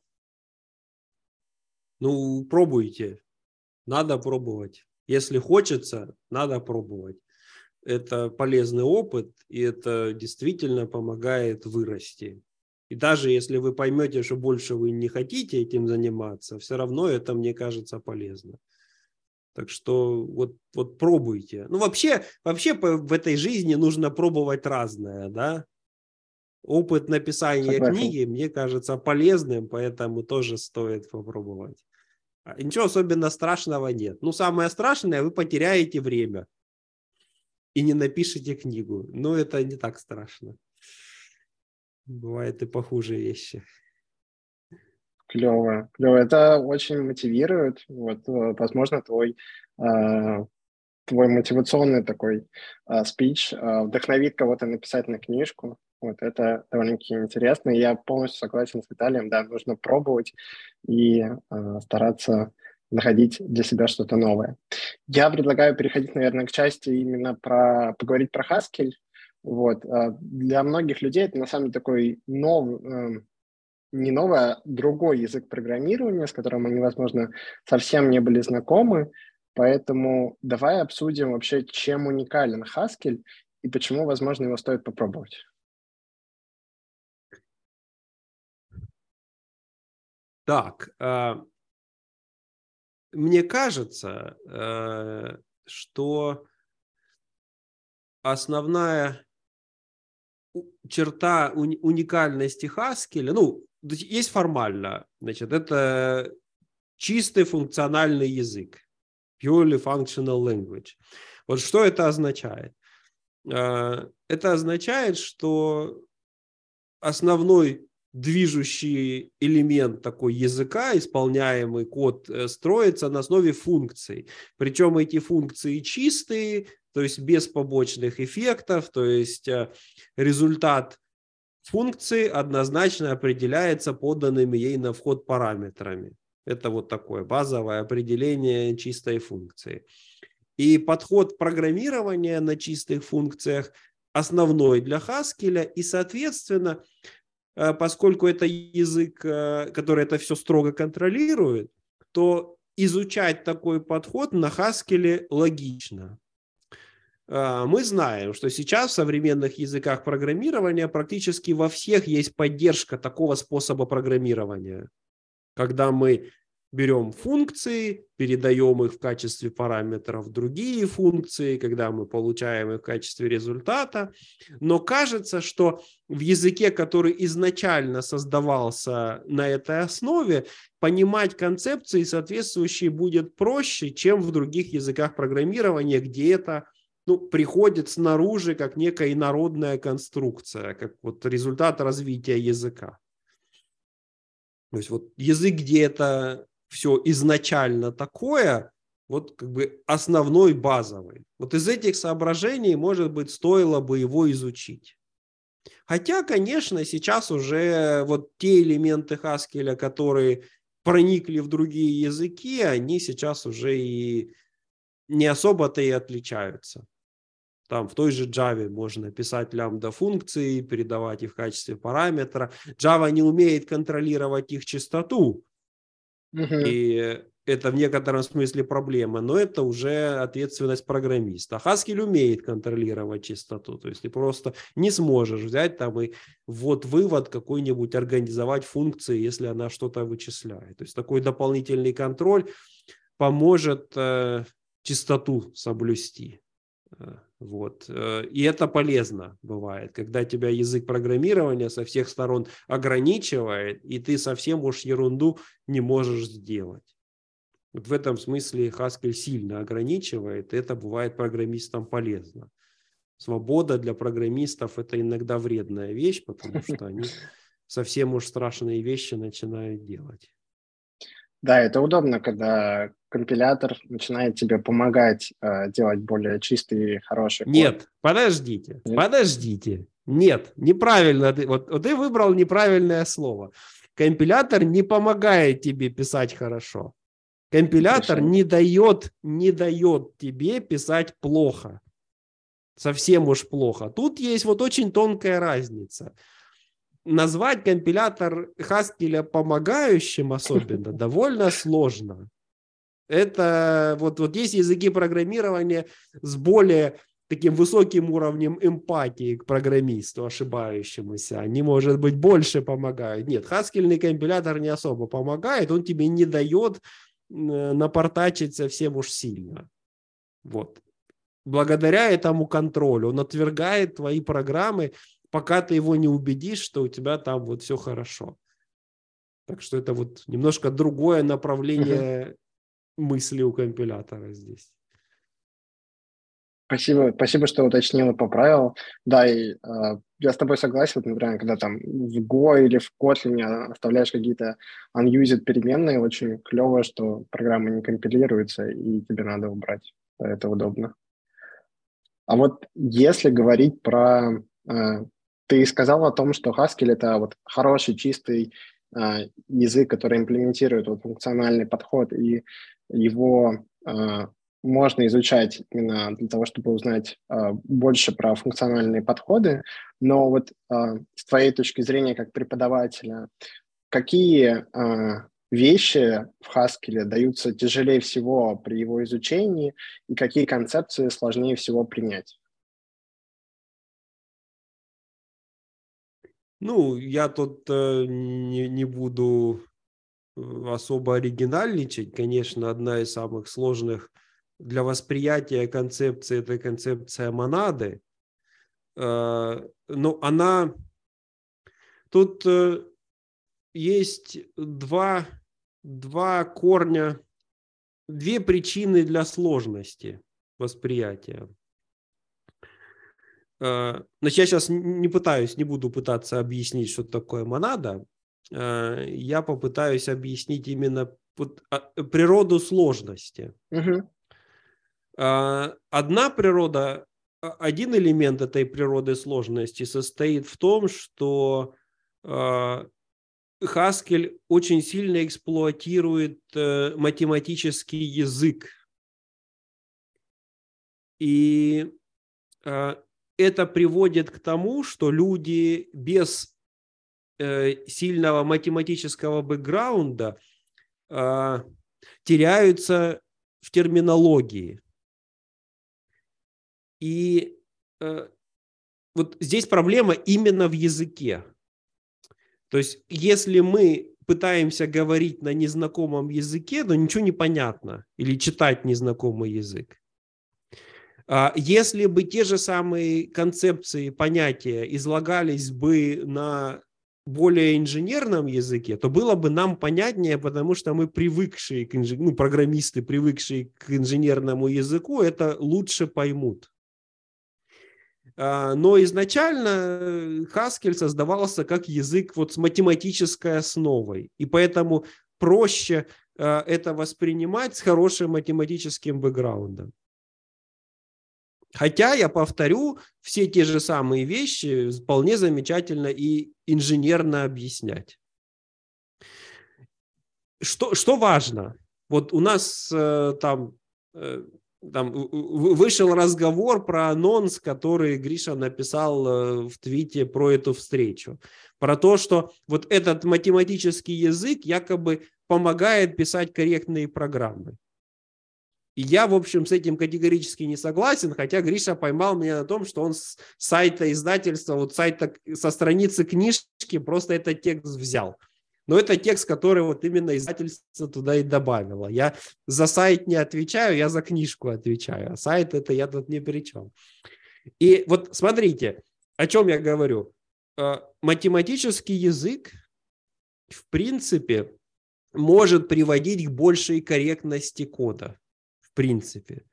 Ну, пробуйте. Надо пробовать. Если хочется, надо пробовать. Это полезный опыт, и это действительно помогает вырасти. И даже если вы поймете, что больше вы не хотите этим заниматься, все равно это, мне кажется, полезно. Так что вот пробуйте. Ну, вообще в этой жизни нужно пробовать разное, да. Опыт написания Согласен. книги, мне кажется, полезным, поэтому тоже стоит попробовать. Ничего особенно страшного нет. Ну, самое страшное, вы потеряете время и не напишите книгу. Но это не так страшно. Бывают и похуже вещи. Клево, клево. Это очень мотивирует. Вот, возможно, твой мотивационный такой спич вдохновит кого-то написать на книжку. Вот это довольно-таки интересно. И я полностью согласен с Виталием. Да, нужно пробовать и стараться находить для себя что-то новое. Я предлагаю переходить, наверное, к части именно поговорить про Haskell. Вот. Для многих людей это на самом деле такой новый, не новый, а другой язык программирования, с которым они, возможно, совсем не были знакомы. Поэтому давай обсудим вообще, чем уникален Haskell и почему, возможно, его стоит попробовать. Так, мне кажется, что основная черта уникальности Haskell, ну, есть формально, значит, это чистый функциональный язык, purely functional language. Вот что это означает? Это означает, что основной движущий элемент такой языка, исполняемый код, строится на основе функций. Причем эти функции чистые, то есть без побочных эффектов, то есть результат функции однозначно определяется поданными ей на вход параметрами. Это вот такое базовое определение чистой функции. И подход программирования на чистых функциях основной для Haskell, и, соответственно, поскольку это язык, который это все строго контролирует, то изучать такой подход на Haskell логично. Мы знаем, что сейчас в современных языках программирования практически во всех есть поддержка такого способа программирования, когда мы берем функции, передаем их в качестве параметров в другие функции, когда мы получаем их в качестве результата. Но кажется, что в языке, который изначально создавался на этой основе, понимать концепции соответствующие будет проще, чем в других языках программирования, где это приходит снаружи как некая инородная конструкция, как вот результат развития языка. То есть вот язык, где это все изначально такое, вот как бы основной, базовый. Вот из этих соображений, может быть, стоило бы его изучить. Хотя, конечно, сейчас уже вот те элементы Haskell, которые проникли в другие языки, они сейчас уже и не особо-то и отличаются. Там в той же Java можно писать лямбда-функции, передавать их в качестве параметра. Java не умеет контролировать их частоту. И это в некотором смысле проблема, но это уже ответственность программиста. Haskell умеет контролировать частоту, то есть ты просто не сможешь взять там и ввод-вывод какой-нибудь организовать функции, если она что-то вычисляет. То есть такой дополнительный контроль поможет частоту соблюсти. Вот. И это полезно бывает, когда тебя язык программирования со всех сторон ограничивает, и ты совсем уж ерунду не можешь сделать. Вот в этом смысле Haskell сильно ограничивает, и это бывает программистам полезно. Свобода для программистов – это иногда вредная вещь, потому что они совсем уж страшные вещи начинают делать. Да, это удобно, когда компилятор начинает тебе помогать делать более чистый и хороший код. Нет, подождите. Нет, неправильно. Вот ты выбрал неправильное слово. Компилятор не помогает тебе писать хорошо. Компилятор не дает тебе писать плохо. Совсем уж плохо. Тут есть вот очень тонкая разница. Назвать компилятор Haskell помогающим особенно довольно сложно. Это вот есть языки программирования с более таким высоким уровнем эмпатии к программисту, ошибающемуся. Они, может быть, больше помогают. Нет, Haskell компилятор не особо помогает, он тебе не дает напортачить совсем уж сильно. Вот. Благодаря этому контролю он отвергает твои программы, пока ты его не убедишь, что у тебя там вот все хорошо. Так что это вот немножко другое направление мысли у компилятора здесь. Спасибо, что уточнил и поправил. Да, и я с тобой согласен, вот, например, когда там в Go или в Kotlin оставляешь какие-то unused переменные, очень клево, что программа не компилируется, и тебе надо убрать. Да, это удобно. А вот если говорить про... Ты сказал о том, что Haskell — это вот хороший, чистый язык, который имплементирует вот функциональный подход, и его можно изучать именно для того, чтобы узнать больше про функциональные подходы. Но вот с твоей точки зрения как преподавателя, какие вещи в Haskell даются тяжелее всего при его изучении, и какие концепции сложнее всего принять? Ну, я тут не буду особо оригинальничать. Конечно, одна из самых сложных для восприятия концепции – это концепция монады. но она... Тут есть два корня, две причины для сложности восприятия. Значит, я сейчас не буду пытаться объяснить, что такое монада. Я попытаюсь объяснить именно природу сложности. Угу. Один элемент этой природы сложности состоит в том, что Haskell очень сильно эксплуатирует математический язык. И это приводит к тому, что люди без сильного математического бэкграунда теряются в терминологии. И вот здесь проблема именно в языке. То есть, если мы пытаемся говорить на незнакомом языке, то ничего не понятно, или читать незнакомый язык. Если бы те же самые концепции, понятия излагались бы на более инженерном языке, то было бы нам понятнее, потому что мы привыкшие к программисты, привыкшие к инженерному языку, это лучше поймут. Но изначально Haskell создавался как язык вот с математической основой, и поэтому проще это воспринимать с хорошим математическим бэкграундом. Хотя, я повторю, все те же самые вещи вполне замечательно и инженерно объяснять. Что важно? Вот у нас там вышел разговор про анонс, который Гриша написал в твите про эту встречу. Про то, что вот этот математический язык якобы помогает писать корректные программы. И я, в общем, с этим категорически не согласен, хотя Гриша поймал меня на том, что он с сайта издательства, вот сайта со страницы книжки просто этот текст взял. Но это текст, который вот именно издательство туда и добавило. Я за сайт не отвечаю, я за книжку отвечаю, а сайт это я тут ни при чем. И вот смотрите, о чем я говорю. Математический язык, в принципе, может приводить к большей корректности кода. В принципе.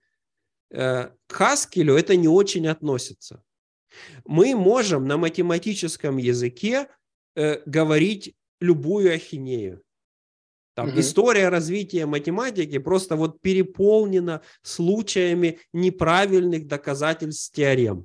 К Haskell это не очень относится. Мы можем на математическом языке говорить любую ахинею. Там история развития математики просто вот переполнена случаями неправильных доказательств теорем.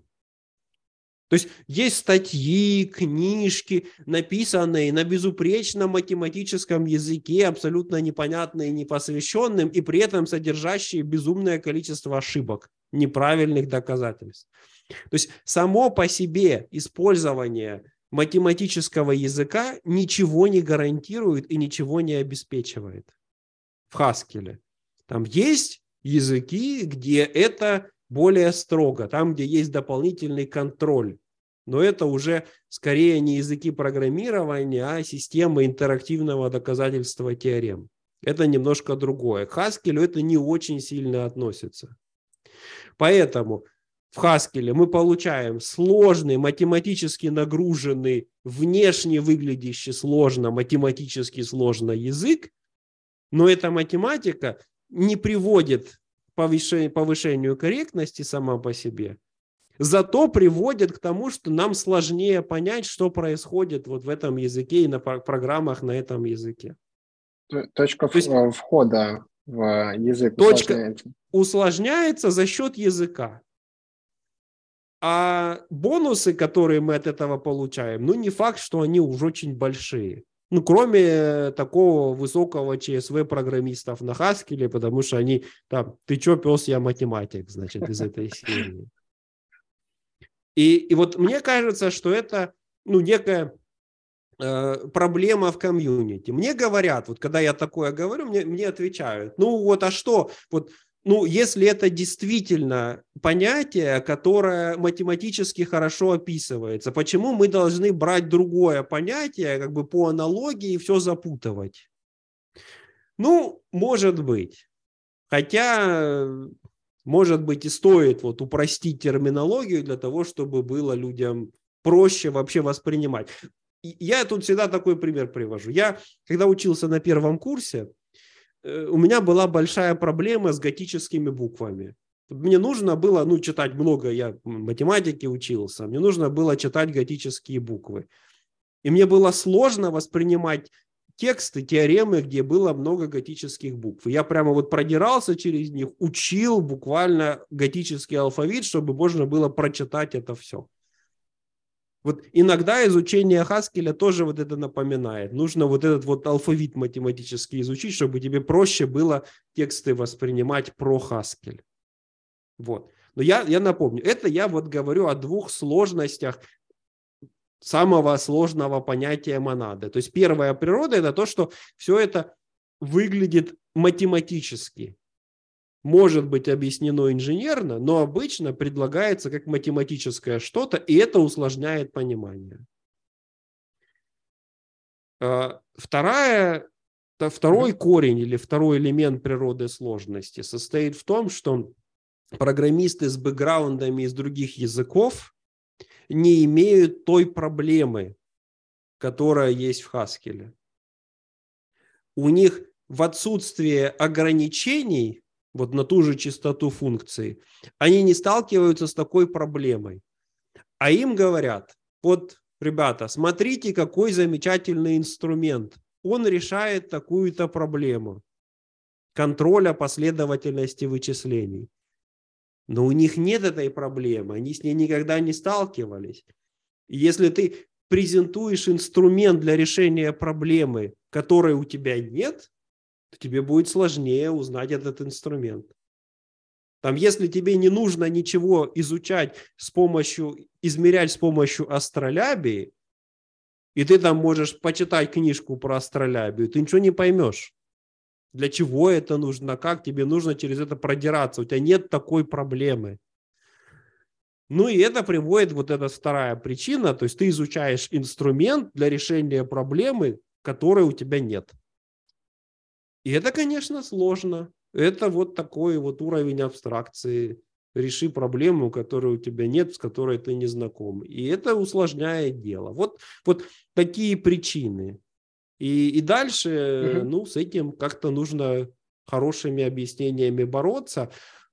То есть статьи, книжки, написанные на безупречном математическом языке, абсолютно непонятные непосвященным, и при этом содержащие безумное количество ошибок, неправильных доказательств. То есть само по себе использование математического языка ничего не гарантирует и ничего не обеспечивает в Haskell. Там есть языки, где это более строго, там, где есть дополнительный контроль. Но это уже скорее не языки программирования, а системы интерактивного доказательства теорем. Это немножко другое. К Haskell это не очень сильно относится. Поэтому в Haskell мы получаем сложный, математически нагруженный, внешне выглядящий сложно, математически сложно язык, но эта математика не приводит к повышению корректности сама по себе, зато приводит к тому, что нам сложнее понять, что происходит вот в этом языке и на программах на этом языке. Точка входа в язык усложняется за счет языка. А бонусы, которые мы от этого получаем, не факт, что они уж очень большие. Кроме такого высокого ЧСВ программистов на Haskell, потому что они там, ты чё, пес, я математик, значит, из этой серии. И вот мне кажется, что это, некая проблема в комьюнити. Мне говорят, вот когда я такое говорю, мне отвечают, а что, если это действительно понятие, которое математически хорошо описывается, почему мы должны брать другое понятие, как бы по аналогии, и все запутывать? Может быть. Хотя Может быть, и стоит вот упростить терминологию для того, чтобы было людям проще вообще воспринимать. Я тут всегда такой пример привожу. Я, когда учился на первом курсе, у меня была большая проблема с готическими буквами. Мне нужно было, читать много, я математике учился, мне нужно было читать готические буквы. И мне было сложно воспринимать тексты, теоремы, где было много готических букв. Я прямо вот продирался через них, учил буквально готический алфавит, чтобы можно было прочитать это все. Вот иногда изучение Хаскеля тоже вот это напоминает. Нужно вот этот вот алфавит математически изучить, чтобы тебе проще было тексты воспринимать про Хаскель. Вот. Но я напомню, это я вот говорю о двух сложностях самого сложного понятия монады. То есть первая природа – это то, что все это выглядит математически. Может быть объяснено инженерно, но обычно предлагается как математическое что-то, и это усложняет понимание. Второй корень или второй элемент природы сложности состоит в том, что программисты с бэкграундами из других языков не имеют той проблемы, которая есть в Хаскеле. У них в отсутствие ограничений вот на ту же частоту функций, они не сталкиваются с такой проблемой. А им говорят, вот, ребята, смотрите, какой замечательный инструмент. Он решает такую-то проблему контроля последовательности вычислений. Но у них нет этой проблемы, они с ней никогда не сталкивались. И если ты презентуешь инструмент для решения проблемы, которой у тебя нет, то тебе будет сложнее узнать этот инструмент. Там, если тебе не нужно ничего изучать измерять с помощью астролябии, и ты там можешь почитать книжку про астролябию, ты ничего не поймешь. Для чего это нужно, как тебе нужно через это продираться. У тебя нет такой проблемы. Ну и это приводит, вот эта вторая причина, то есть ты изучаешь инструмент для решения проблемы, которой у тебя нет. И это, конечно, сложно. Это вот такой вот уровень абстракции. Реши проблему, которой у тебя нет, с которой ты не знаком. И это усложняет дело. Вот такие причины. И дальше, с этим как-то нужно хорошими объяснениями бороться.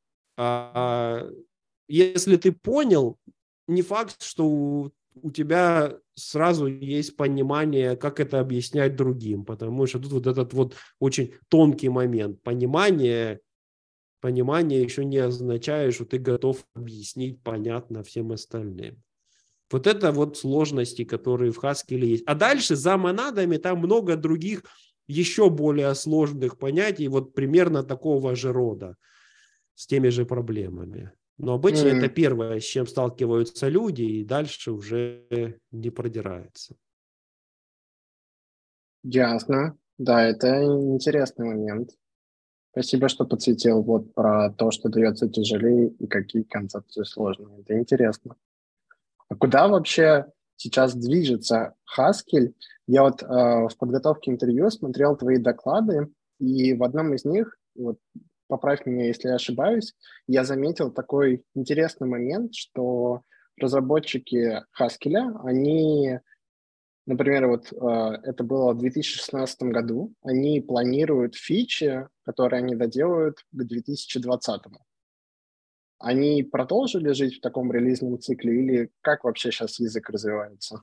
Если ты понял, не факт, что у тебя сразу есть понимание, как это объяснять другим, потому что тут вот этот вот очень тонкий момент. Понимание еще не означает, что ты готов объяснить понятно всем остальным. Вот это вот сложности, которые в Хаскеле есть. А дальше за монадами там много других еще более сложных понятий, вот примерно такого же рода, с теми же проблемами. Но обычно это первое, с чем сталкиваются люди, и дальше уже не продирается. Ясно. Да, это интересный момент. Спасибо, что подсветил вот про то, что дается тяжелее и какие концепции сложные. Это интересно. А куда вообще сейчас движется Haskell? Я вот в подготовке интервью смотрел твои доклады, и в одном из них, вот, поправь меня, если я ошибаюсь, я заметил такой интересный момент, что разработчики Haskell, они, например, вот это было в 2016 году, они планируют фичи, которые они доделают к 2020. Они продолжили жить в таком релизном цикле или как вообще сейчас язык развивается?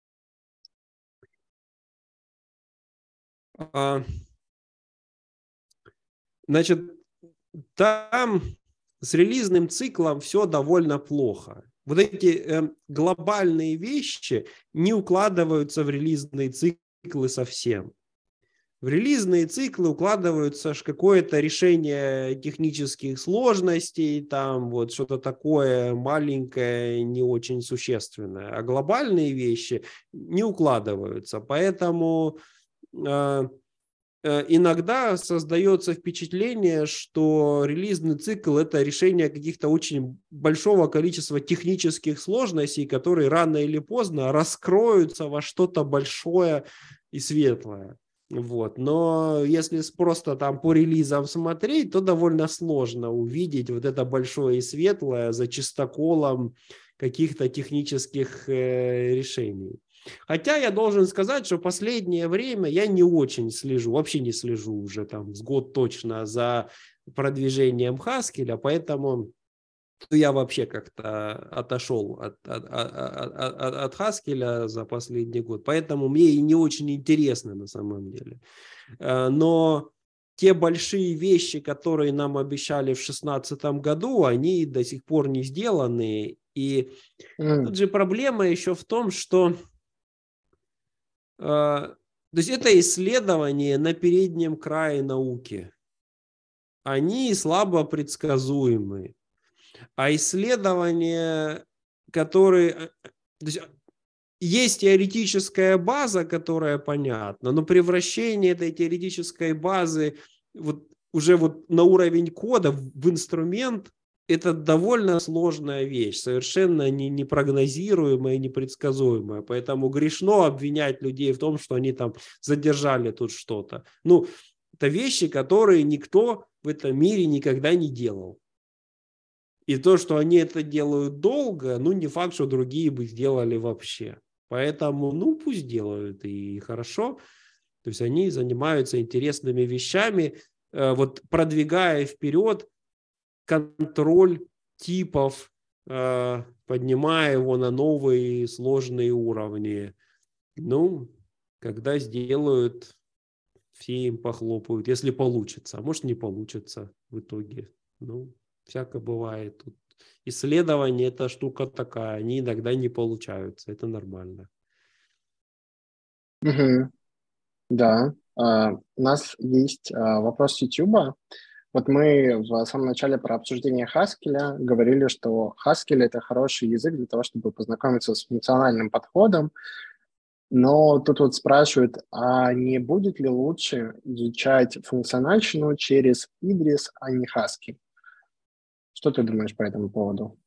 Значит, там с релизным циклом все довольно плохо. Вот эти глобальные вещи не укладываются в релизные циклы совсем. В релизные циклы укладываются какое-то решение технических сложностей, там вот что-то такое маленькое, не очень существенное. А глобальные вещи не укладываются. Поэтому иногда создается впечатление, что релизный цикл – это решение каких-то очень большого количества технических сложностей, которые рано или поздно раскроются во что-то большое и светлое. Вот. Но если просто там по релизам смотреть, то довольно сложно увидеть вот это большое и светлое за чистоколом каких-то технических решений. Хотя я должен сказать, что в последнее время я не очень слежу, вообще не слежу уже там с год точно за продвижением Haskell, поэтому я вообще как-то отошел от Haskell за последний год, поэтому мне и не очень интересно на самом деле. Но те большие вещи, которые нам обещали в 2016 году, они до сих пор не сделаны. И тут же проблема еще в том, что то есть это исследования на переднем крае науки. Они слабо предсказуемы. А исследования, которые... То есть теоретическая база, которая понятна, но превращение этой теоретической базы вот уже вот на уровень кода в инструмент – это довольно сложная вещь, совершенно непрогнозируемая, непредсказуемая. Поэтому грешно обвинять людей в том, что они там задержали тут что-то. Ну, это вещи, которые никто в этом мире никогда не делал. И то, что они это делают долго, ну, не факт, что другие бы сделали вообще. Поэтому, ну, пусть делают, и хорошо. То есть они занимаются интересными вещами, вот продвигая вперед контроль типов, поднимая его на новые сложные уровни. Ну, когда сделают, все им похлопают, если получится. А может, не получится в итоге. Ну, всяко бывает. Тут исследования – это штука такая, они иногда не получаются, это нормально. Угу. Да. У нас есть вопрос с YouTube. Вот мы в самом начале про обсуждение Haskell говорили, что Haskell – это хороший язык для того, чтобы познакомиться с функциональным подходом. Но тут вот спрашивают, а не будет ли лучше изучать функциональщину через Idris, а не Haskell? Что ты думаешь по этому поводу?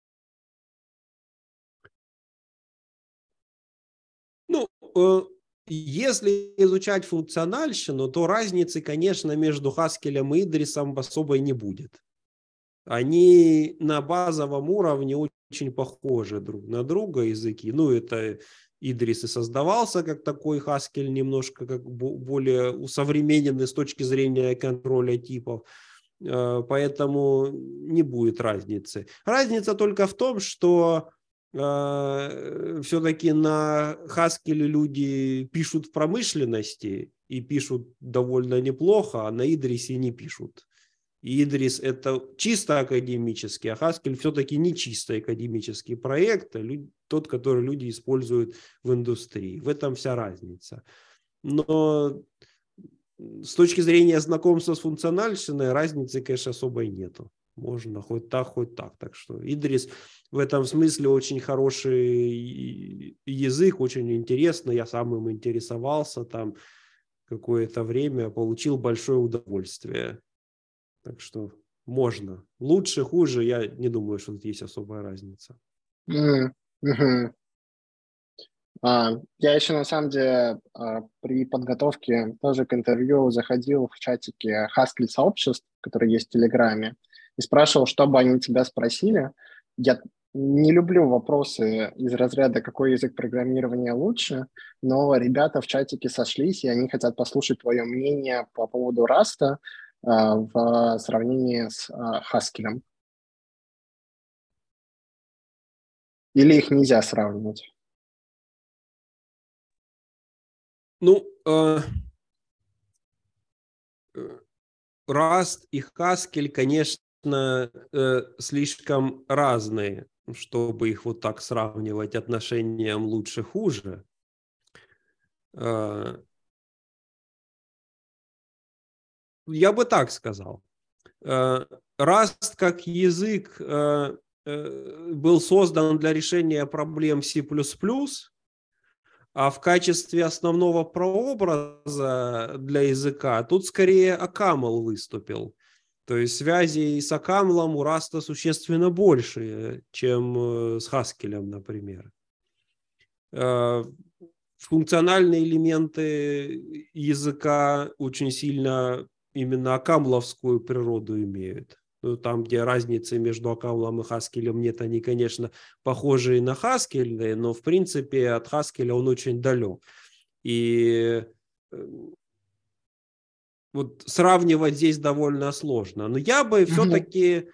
Ну, если изучать функциональщину, то разницы, конечно, между Haskell и Идрисом особой не будет. Они на базовом уровне очень похожи друг на друга языки. Ну, это Идрис и создавался как такой, Haskell немножко как более усовремененный с точки зрения контроля типов. Поэтому не будет разницы. Разница только в том, что все-таки на Haskell люди пишут в промышленности и пишут довольно неплохо, а на Идрисе не пишут. И Идрис это чисто академический, а Haskell все-таки не чисто академический проект, а тот, который люди используют в индустрии. В этом вся разница. Но с точки зрения знакомства с функциональщиной разницы, конечно, особой нету. Можно хоть так, хоть так. Так что Идрис в этом смысле очень хороший язык, очень интересный. Я сам им интересовался там какое-то время, получил большое удовольствие. Так что можно. Лучше, хуже, я не думаю, что тут есть особая разница. Mm-hmm. Я еще, на самом деле, при подготовке тоже к интервью заходил в чатике Haskell сообществ, которые есть в Телеграме, и спрашивал, что бы они тебя спросили. Я не люблю вопросы из разряда, какой язык программирования лучше, но ребята в чатике сошлись, и они хотят послушать твое мнение по поводу Rust в сравнении с Haskell. Или их нельзя сравнивать? Ну, Rust и Haskell, конечно, слишком разные, чтобы их вот так сравнивать отношением лучше-хуже. Я бы так сказал. Rust как язык был создан для решения проблем C++, а в качестве основного прообраза для языка тут скорее Акамл выступил. То есть связей с Акамлом у Раста существенно больше, чем с Haskell, например. функциональные элементы языка очень сильно именно акамловскую природу имеют. Ну, там, где разницы между акамлом и хаскелем нет, они, конечно, похожи на хаскельные, но, в принципе, от хаскеля он очень далек. И вот сравнивать здесь довольно сложно. Но я бы все-таки...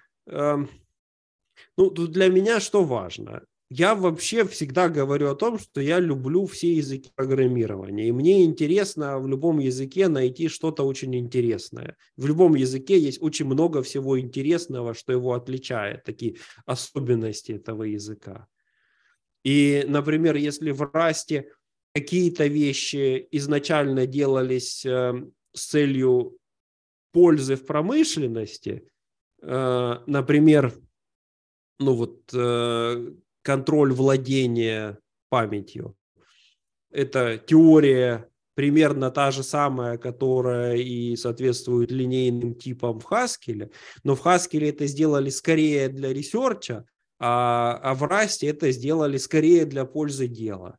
Ну, тут для меня что важно? Я вообще всегда говорю о том, что я люблю все языки программирования. И мне интересно в любом языке найти что-то очень интересное. В любом языке есть очень много всего интересного, что его отличает, такие особенности этого языка. И, например, если в Rust какие-то вещи изначально делались с целью пользы в промышленности, например, ну вот контроль владения памятью. Это теория примерно та же самая, которая и соответствует линейным типам в Haskell, но в Haskell это сделали скорее для ресерча, а в Rust это сделали скорее для пользы дела.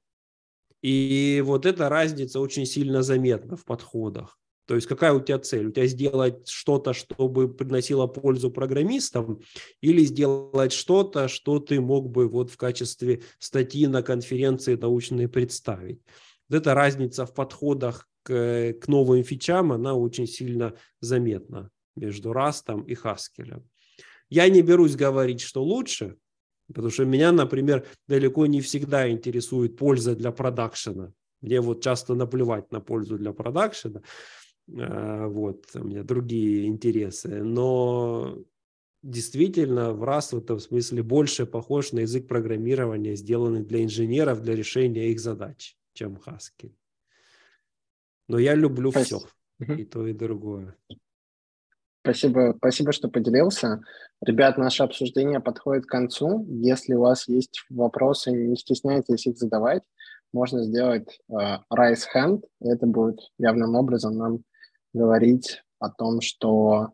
И вот эта разница очень сильно заметна в подходах. То есть какая у тебя цель? У тебя сделать что-то, чтобы приносило пользу программистам, или сделать что-то, что ты мог бы вот в качестве статьи на конференции научной представить. Вот эта разница в подходах к новым фичам, она очень сильно заметна между Rust и Haskell. Я не берусь говорить, что лучше, потому что меня, например, далеко не всегда интересует польза для продакшена. Мне вот часто наплевать на пользу для продакшена. Вот, у меня другие интересы. Но действительно, в Rust в этом смысле больше похож на язык программирования, сделанный для инженеров, для решения их задач, чем Haskell. Но я люблю все, и то, и другое. Спасибо, что поделился. Ребят, наше обсуждение подходит к концу. Если у вас есть вопросы, не стесняйтесь их задавать. Можно сделать raise hand. Это будет явным образом нам говорить о том, что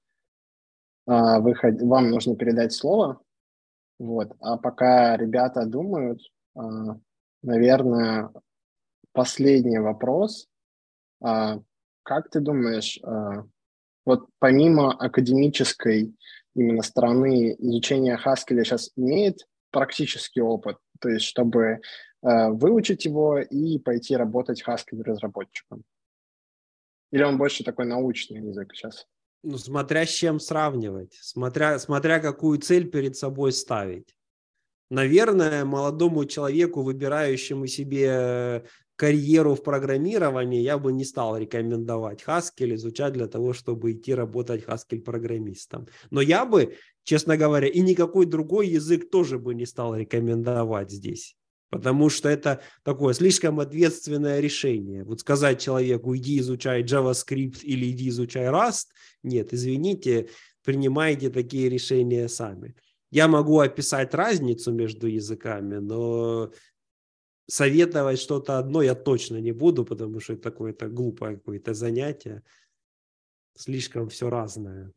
вам нужно передать слово. Вот. А пока ребята думают, наверное, последний вопрос. Как ты думаешь, вот помимо академической именно стороны изучения Haskell сейчас имеет практический опыт, то есть чтобы выучить его и пойти работать Haskell разработчиком? Или он больше такой научный язык сейчас? Ну, смотря с чем сравнивать, смотря какую цель перед собой ставить. Наверное, молодому человеку, выбирающему себе карьеру в программировании, я бы не стал рекомендовать Haskell изучать для того, чтобы идти работать Haskell-программистом. Но я бы, честно говоря, и никакой другой язык тоже бы не стал рекомендовать здесь. Потому что это такое слишком ответственное решение. Вот сказать человеку, иди изучай JavaScript или иди изучай Rust, нет, извините, принимайте такие решения сами. Я могу описать разницу между языками, но советовать что-то одно я точно не буду, потому что это какое-то глупое какое-то занятие. Слишком все разное.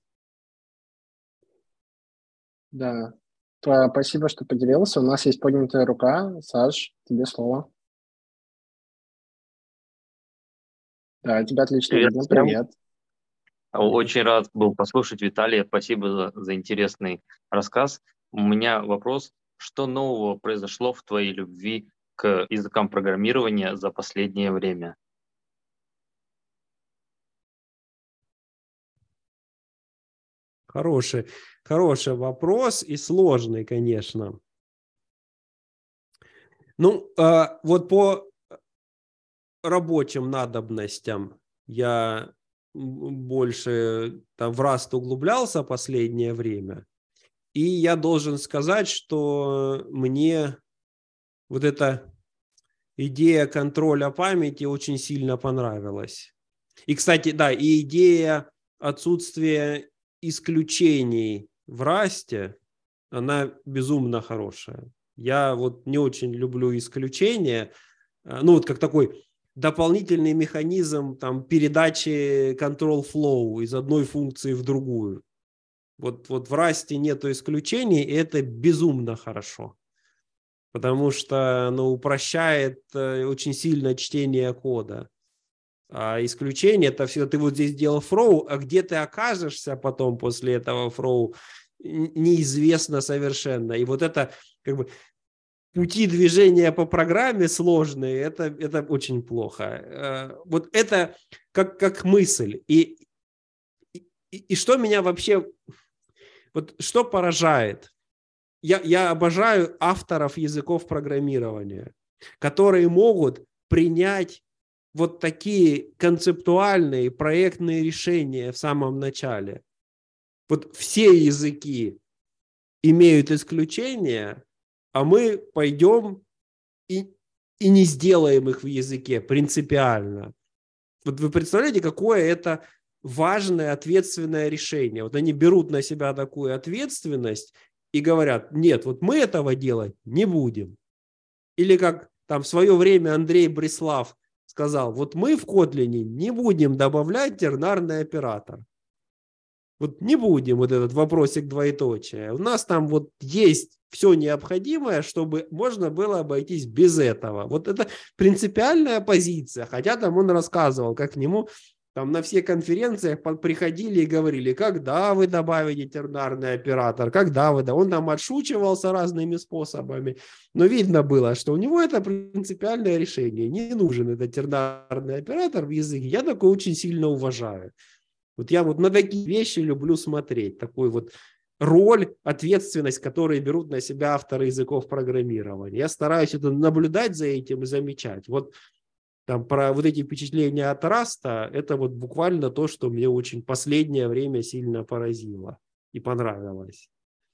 Да. Спасибо, что поделился. У нас есть поднятая рука. Саш, тебе слово. Да, тебя отлично видно. Привет. Очень рад был послушать, Виталий. Спасибо за интересный рассказ. У меня вопрос. Что нового произошло в твоей любви к языкам программирования за последнее время? Хороший вопрос и сложный, конечно. Ну, вот по рабочим надобностям я больше там в Rust углублялся последнее время. И я должен сказать, что мне вот эта идея контроля памяти очень сильно понравилась. И, кстати, да, и идея отсутствия исключений в Rust, она безумно хорошая. Я вот не очень люблю исключения, ну вот как такой дополнительный механизм там, передачи control flow из одной функции в другую. Вот в Rust нету исключений, и это безумно хорошо. потому что оно упрощает очень сильно чтение кода. А исключение – это всегда ты вот здесь делал throw, а где ты окажешься потом после этого throw, неизвестно совершенно. И вот это как бы пути движения по программе сложные, это очень плохо. Вот это как мысль. И что меня вообще, вот что поражает? Я обожаю авторов языков программирования, которые могут принять вот такие концептуальные проектные решения в самом начале. Вот все языки имеют исключения, а мы пойдем и не сделаем их в языке принципиально. Вот вы представляете, какое это важное, ответственное решение. Вот они берут на себя такую ответственность и говорят, нет, вот мы этого делать не будем. Или как там в свое время Андрей Бреслав сказал, вот мы в Kotlin не будем добавлять тернарный оператор. Вот не будем вот этот вопросик двоеточия. У нас там вот есть все необходимое, чтобы можно было обойтись без этого. Вот это принципиальная позиция. Хотя там он рассказывал, как к нему там на все конференциях приходили и говорили, когда вы добавите тернарный оператор, когда вы... Он там отшучивался разными способами, но видно было, что у него это принципиальное решение. Не нужен этот тернарный оператор в языке. Я такое очень сильно уважаю. Вот я вот на такие вещи люблю смотреть. Такой вот роль, ответственность, которые берут на себя авторы языков программирования. Я стараюсь это наблюдать за этим и замечать. Вот там про вот эти впечатления от Раста, это вот буквально то, что мне очень последнее время сильно поразило и понравилось.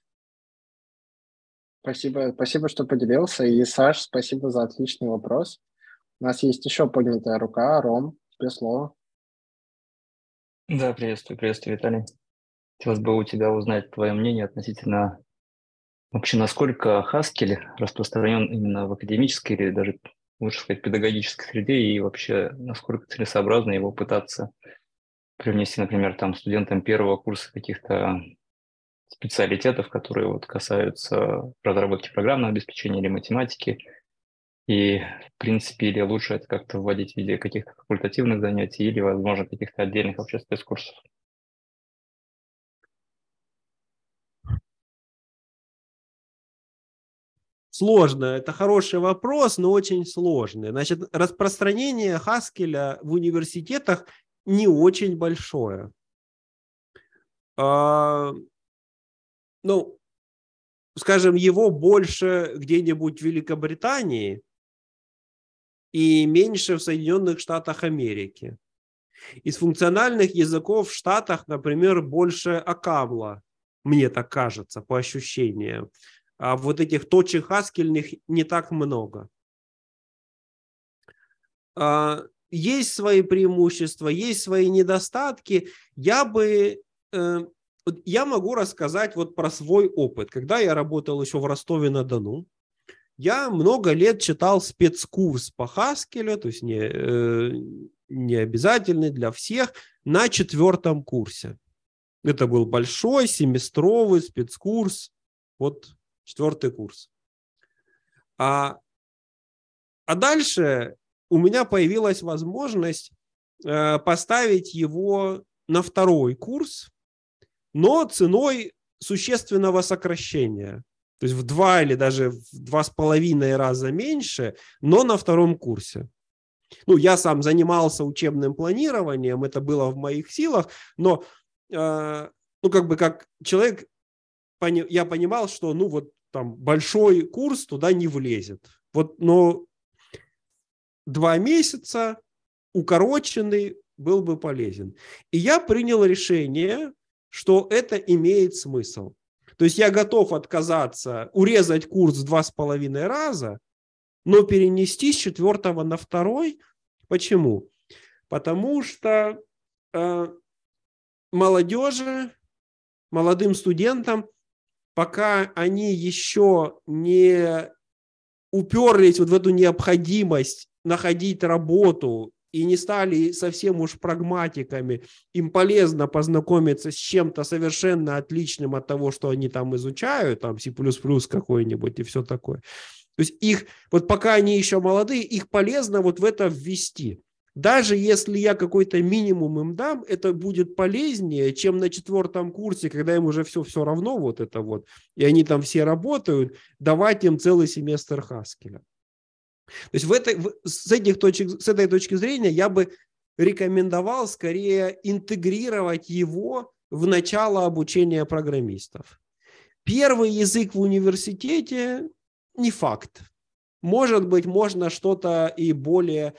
Спасибо, что поделился. И, Саш, спасибо за отличный вопрос. У нас есть еще поднятая рука. Ром, тебе слово. Да, приветствую, Виталий. Хотелось бы у тебя узнать твое мнение относительно вообще, насколько Haskell распространен именно в академической или даже, лучше сказать, педагогической среде, и вообще, насколько целесообразно его пытаться привнести, например, там студентам первого курса каких-то специалитетов, которые вот касаются разработки программного обеспечения или математики. И, в принципе, или лучше это как-то вводить в виде каких-то факультативных занятий или, возможно, каких-то отдельных вообще спецкурсов. Сложно. Это хороший вопрос, но очень сложный. Значит, распространение Haskell в университетах не очень большое. Ну, скажем, его больше где-нибудь в Великобритании и меньше в Соединенных Штатах Америки. Из функциональных языков в Штатах, например, больше Акамла, мне так кажется, по ощущениям. А вот этих точек хаскельных не так много. Есть свои преимущества, есть свои недостатки. Я могу рассказать вот про свой опыт. Когда я работал еще в Ростове-на-Дону, я много лет читал спецкурс по Haskell, то есть не обязательный для всех, на 4-м курсе. Это был большой семестровый спецкурс, вот 4-й курс. А дальше у меня появилась возможность поставить его на 2-й курс, но ценой существенного сокращения. То есть в 2 или даже в 2,5 раза меньше, но на 2-м курсе. Ну, я сам занимался учебным планированием, это было в моих силах, но как человек, я понимал, что вот там большой курс туда не влезет. Вот, но 2 месяца укороченный был бы полезен. И я принял решение, что это имеет смысл. То есть я готов отказаться, урезать курс в 2,5 раза, но перенести с 4-го на 2-й. Почему? Потому что молодым студентам, пока они еще не уперлись вот в эту необходимость находить работу и не стали совсем уж прагматиками, им полезно познакомиться с чем-то совершенно отличным от того, что они там изучают, там C++ какой-нибудь и все такое. То есть их, вот пока они еще молодые, их полезно вот в это ввести. Даже если я какой-то минимум им дам, это будет полезнее, чем на 4-м курсе, когда им уже все равно вот это вот, и они там все работают, давать им целый семестр Хаскеля. То есть с этой точки зрения я бы рекомендовал скорее интегрировать его в начало обучения программистов. Первый язык в университете не факт. Может быть, можно что-то и более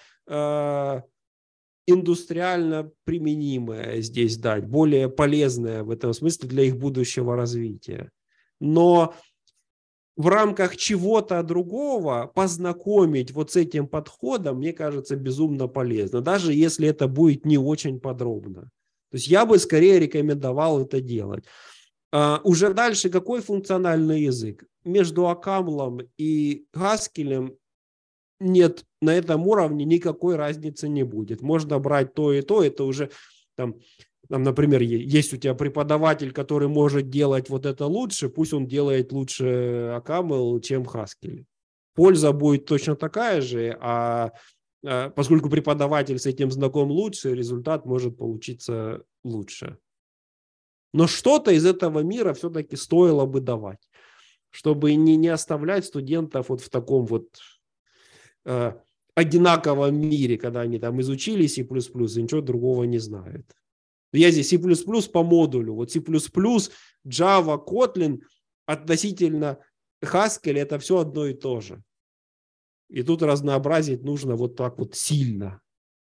индустриально применимое здесь дать, более полезное в этом смысле для их будущего развития. Но в рамках чего-то другого познакомить вот с этим подходом, мне кажется, безумно полезно, даже если это будет не очень подробно. То есть я бы скорее рекомендовал это делать. Уже дальше какой функциональный язык? Между Акамлом и Хаскелем нет, на этом уровне никакой разницы не будет. Можно брать то и то, это уже там, например, есть у тебя преподаватель, который может делать вот это лучше, пусть он делает лучше Акамл, чем Хаскель. Польза будет точно такая же, поскольку преподаватель с этим знаком лучше, результат может получиться лучше. Но что-то из этого мира все-таки стоило бы давать, чтобы не оставлять студентов вот в таком вот одинаковом мире, когда они там изучили C++ и ничего другого не знают. Я здесь C++ по модулю, вот C++, Java, Kotlin относительно Haskell это все одно и то же. И тут разнообразить нужно вот так вот сильно.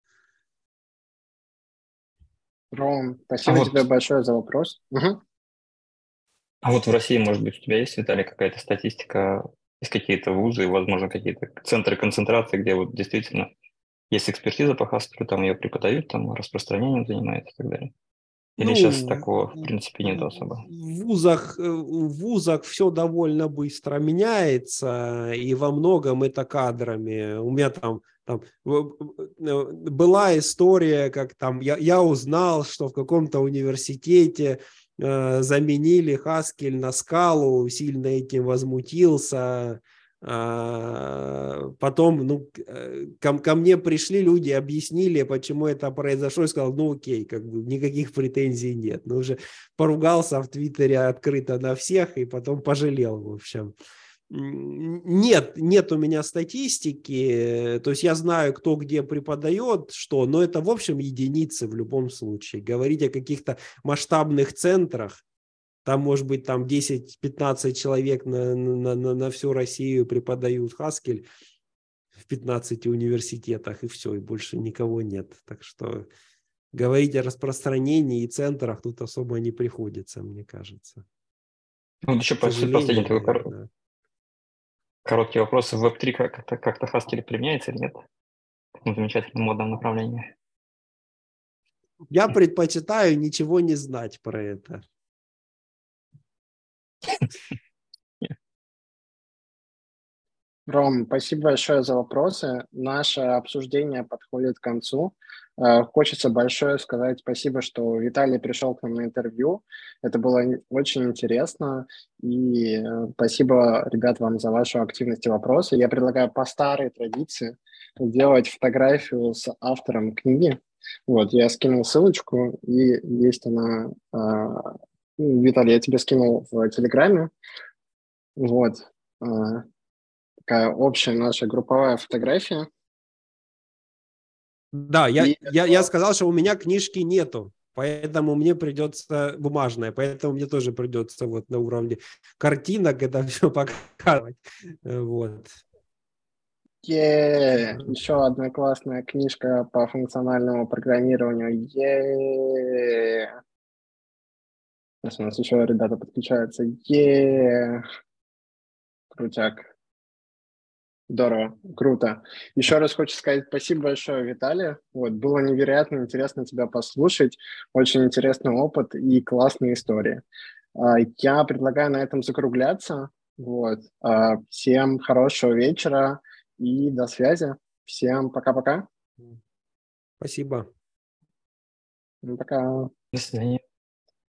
Ром, спасибо тебе большое за вопрос. Угу. А вот в России, может быть, у тебя есть, Виталий, какая-то статистика, есть какие-то вузы, возможно, какие-то центры концентрации, где вот действительно есть экспертиза по Haskell, там ее преподают, там распространением занимаются и так далее? Или сейчас такого, в принципе, нет особо? В вузах все довольно быстро меняется, и во многом это кадрами. У меня там была история, как там я узнал, что в каком-то университете заменили Haskell на скалу, сильно этим возмутился. Потом ко мне пришли люди, объяснили, почему это произошло, и сказал, ну окей, как бы никаких претензий нет. Но уже поругался в Твиттере открыто на всех и потом пожалел, в общем. Нет у меня статистики, то есть я знаю, кто где преподает, что, но это в общем единицы в любом случае. Говорить о каких-то масштабных центрах, там, может быть, там 10-15 человек на всю Россию преподают Haskell в 15 университетах, и все, и больше никого нет. Так что говорить о распространении и центрах тут особо не приходится, мне кажется. Вот еще последний такой короткий вопрос. В Web3 как-то Haskell применяется или нет? В таком замечательном модном направлении. Я предпочитаю ничего не знать про это. Ром, спасибо большое за вопросы. Наше обсуждение подходит к концу. Хочется большое сказать спасибо, что Виталий пришел к нам на интервью. Это было очень интересно. И спасибо, ребят, вам за вашу активность и вопросы. Я предлагаю по старой традиции сделать фотографию с автором книги. Вот, я скинул ссылочку, и есть она... Виталий, я тебе скинул в Телеграме. Вот. Такая общая наша групповая фотография. Да, я сказал, что у меня книжки нету, поэтому мне придется бумажная, поэтому мне тоже придется вот на уровне картинок это все показывать. Вот. Еще одна классная книжка по функциональному программированию. Сейчас у нас еще ребята подключаются. Крутяк. Здорово, круто. Еще раз хочу сказать спасибо большое, Виталий. Вот, было невероятно интересно тебя послушать. Очень интересный опыт и классные истории. Я предлагаю на этом закругляться. Вот. Всем хорошего вечера и до связи. Всем пока-пока. Спасибо. Пока. До свидания.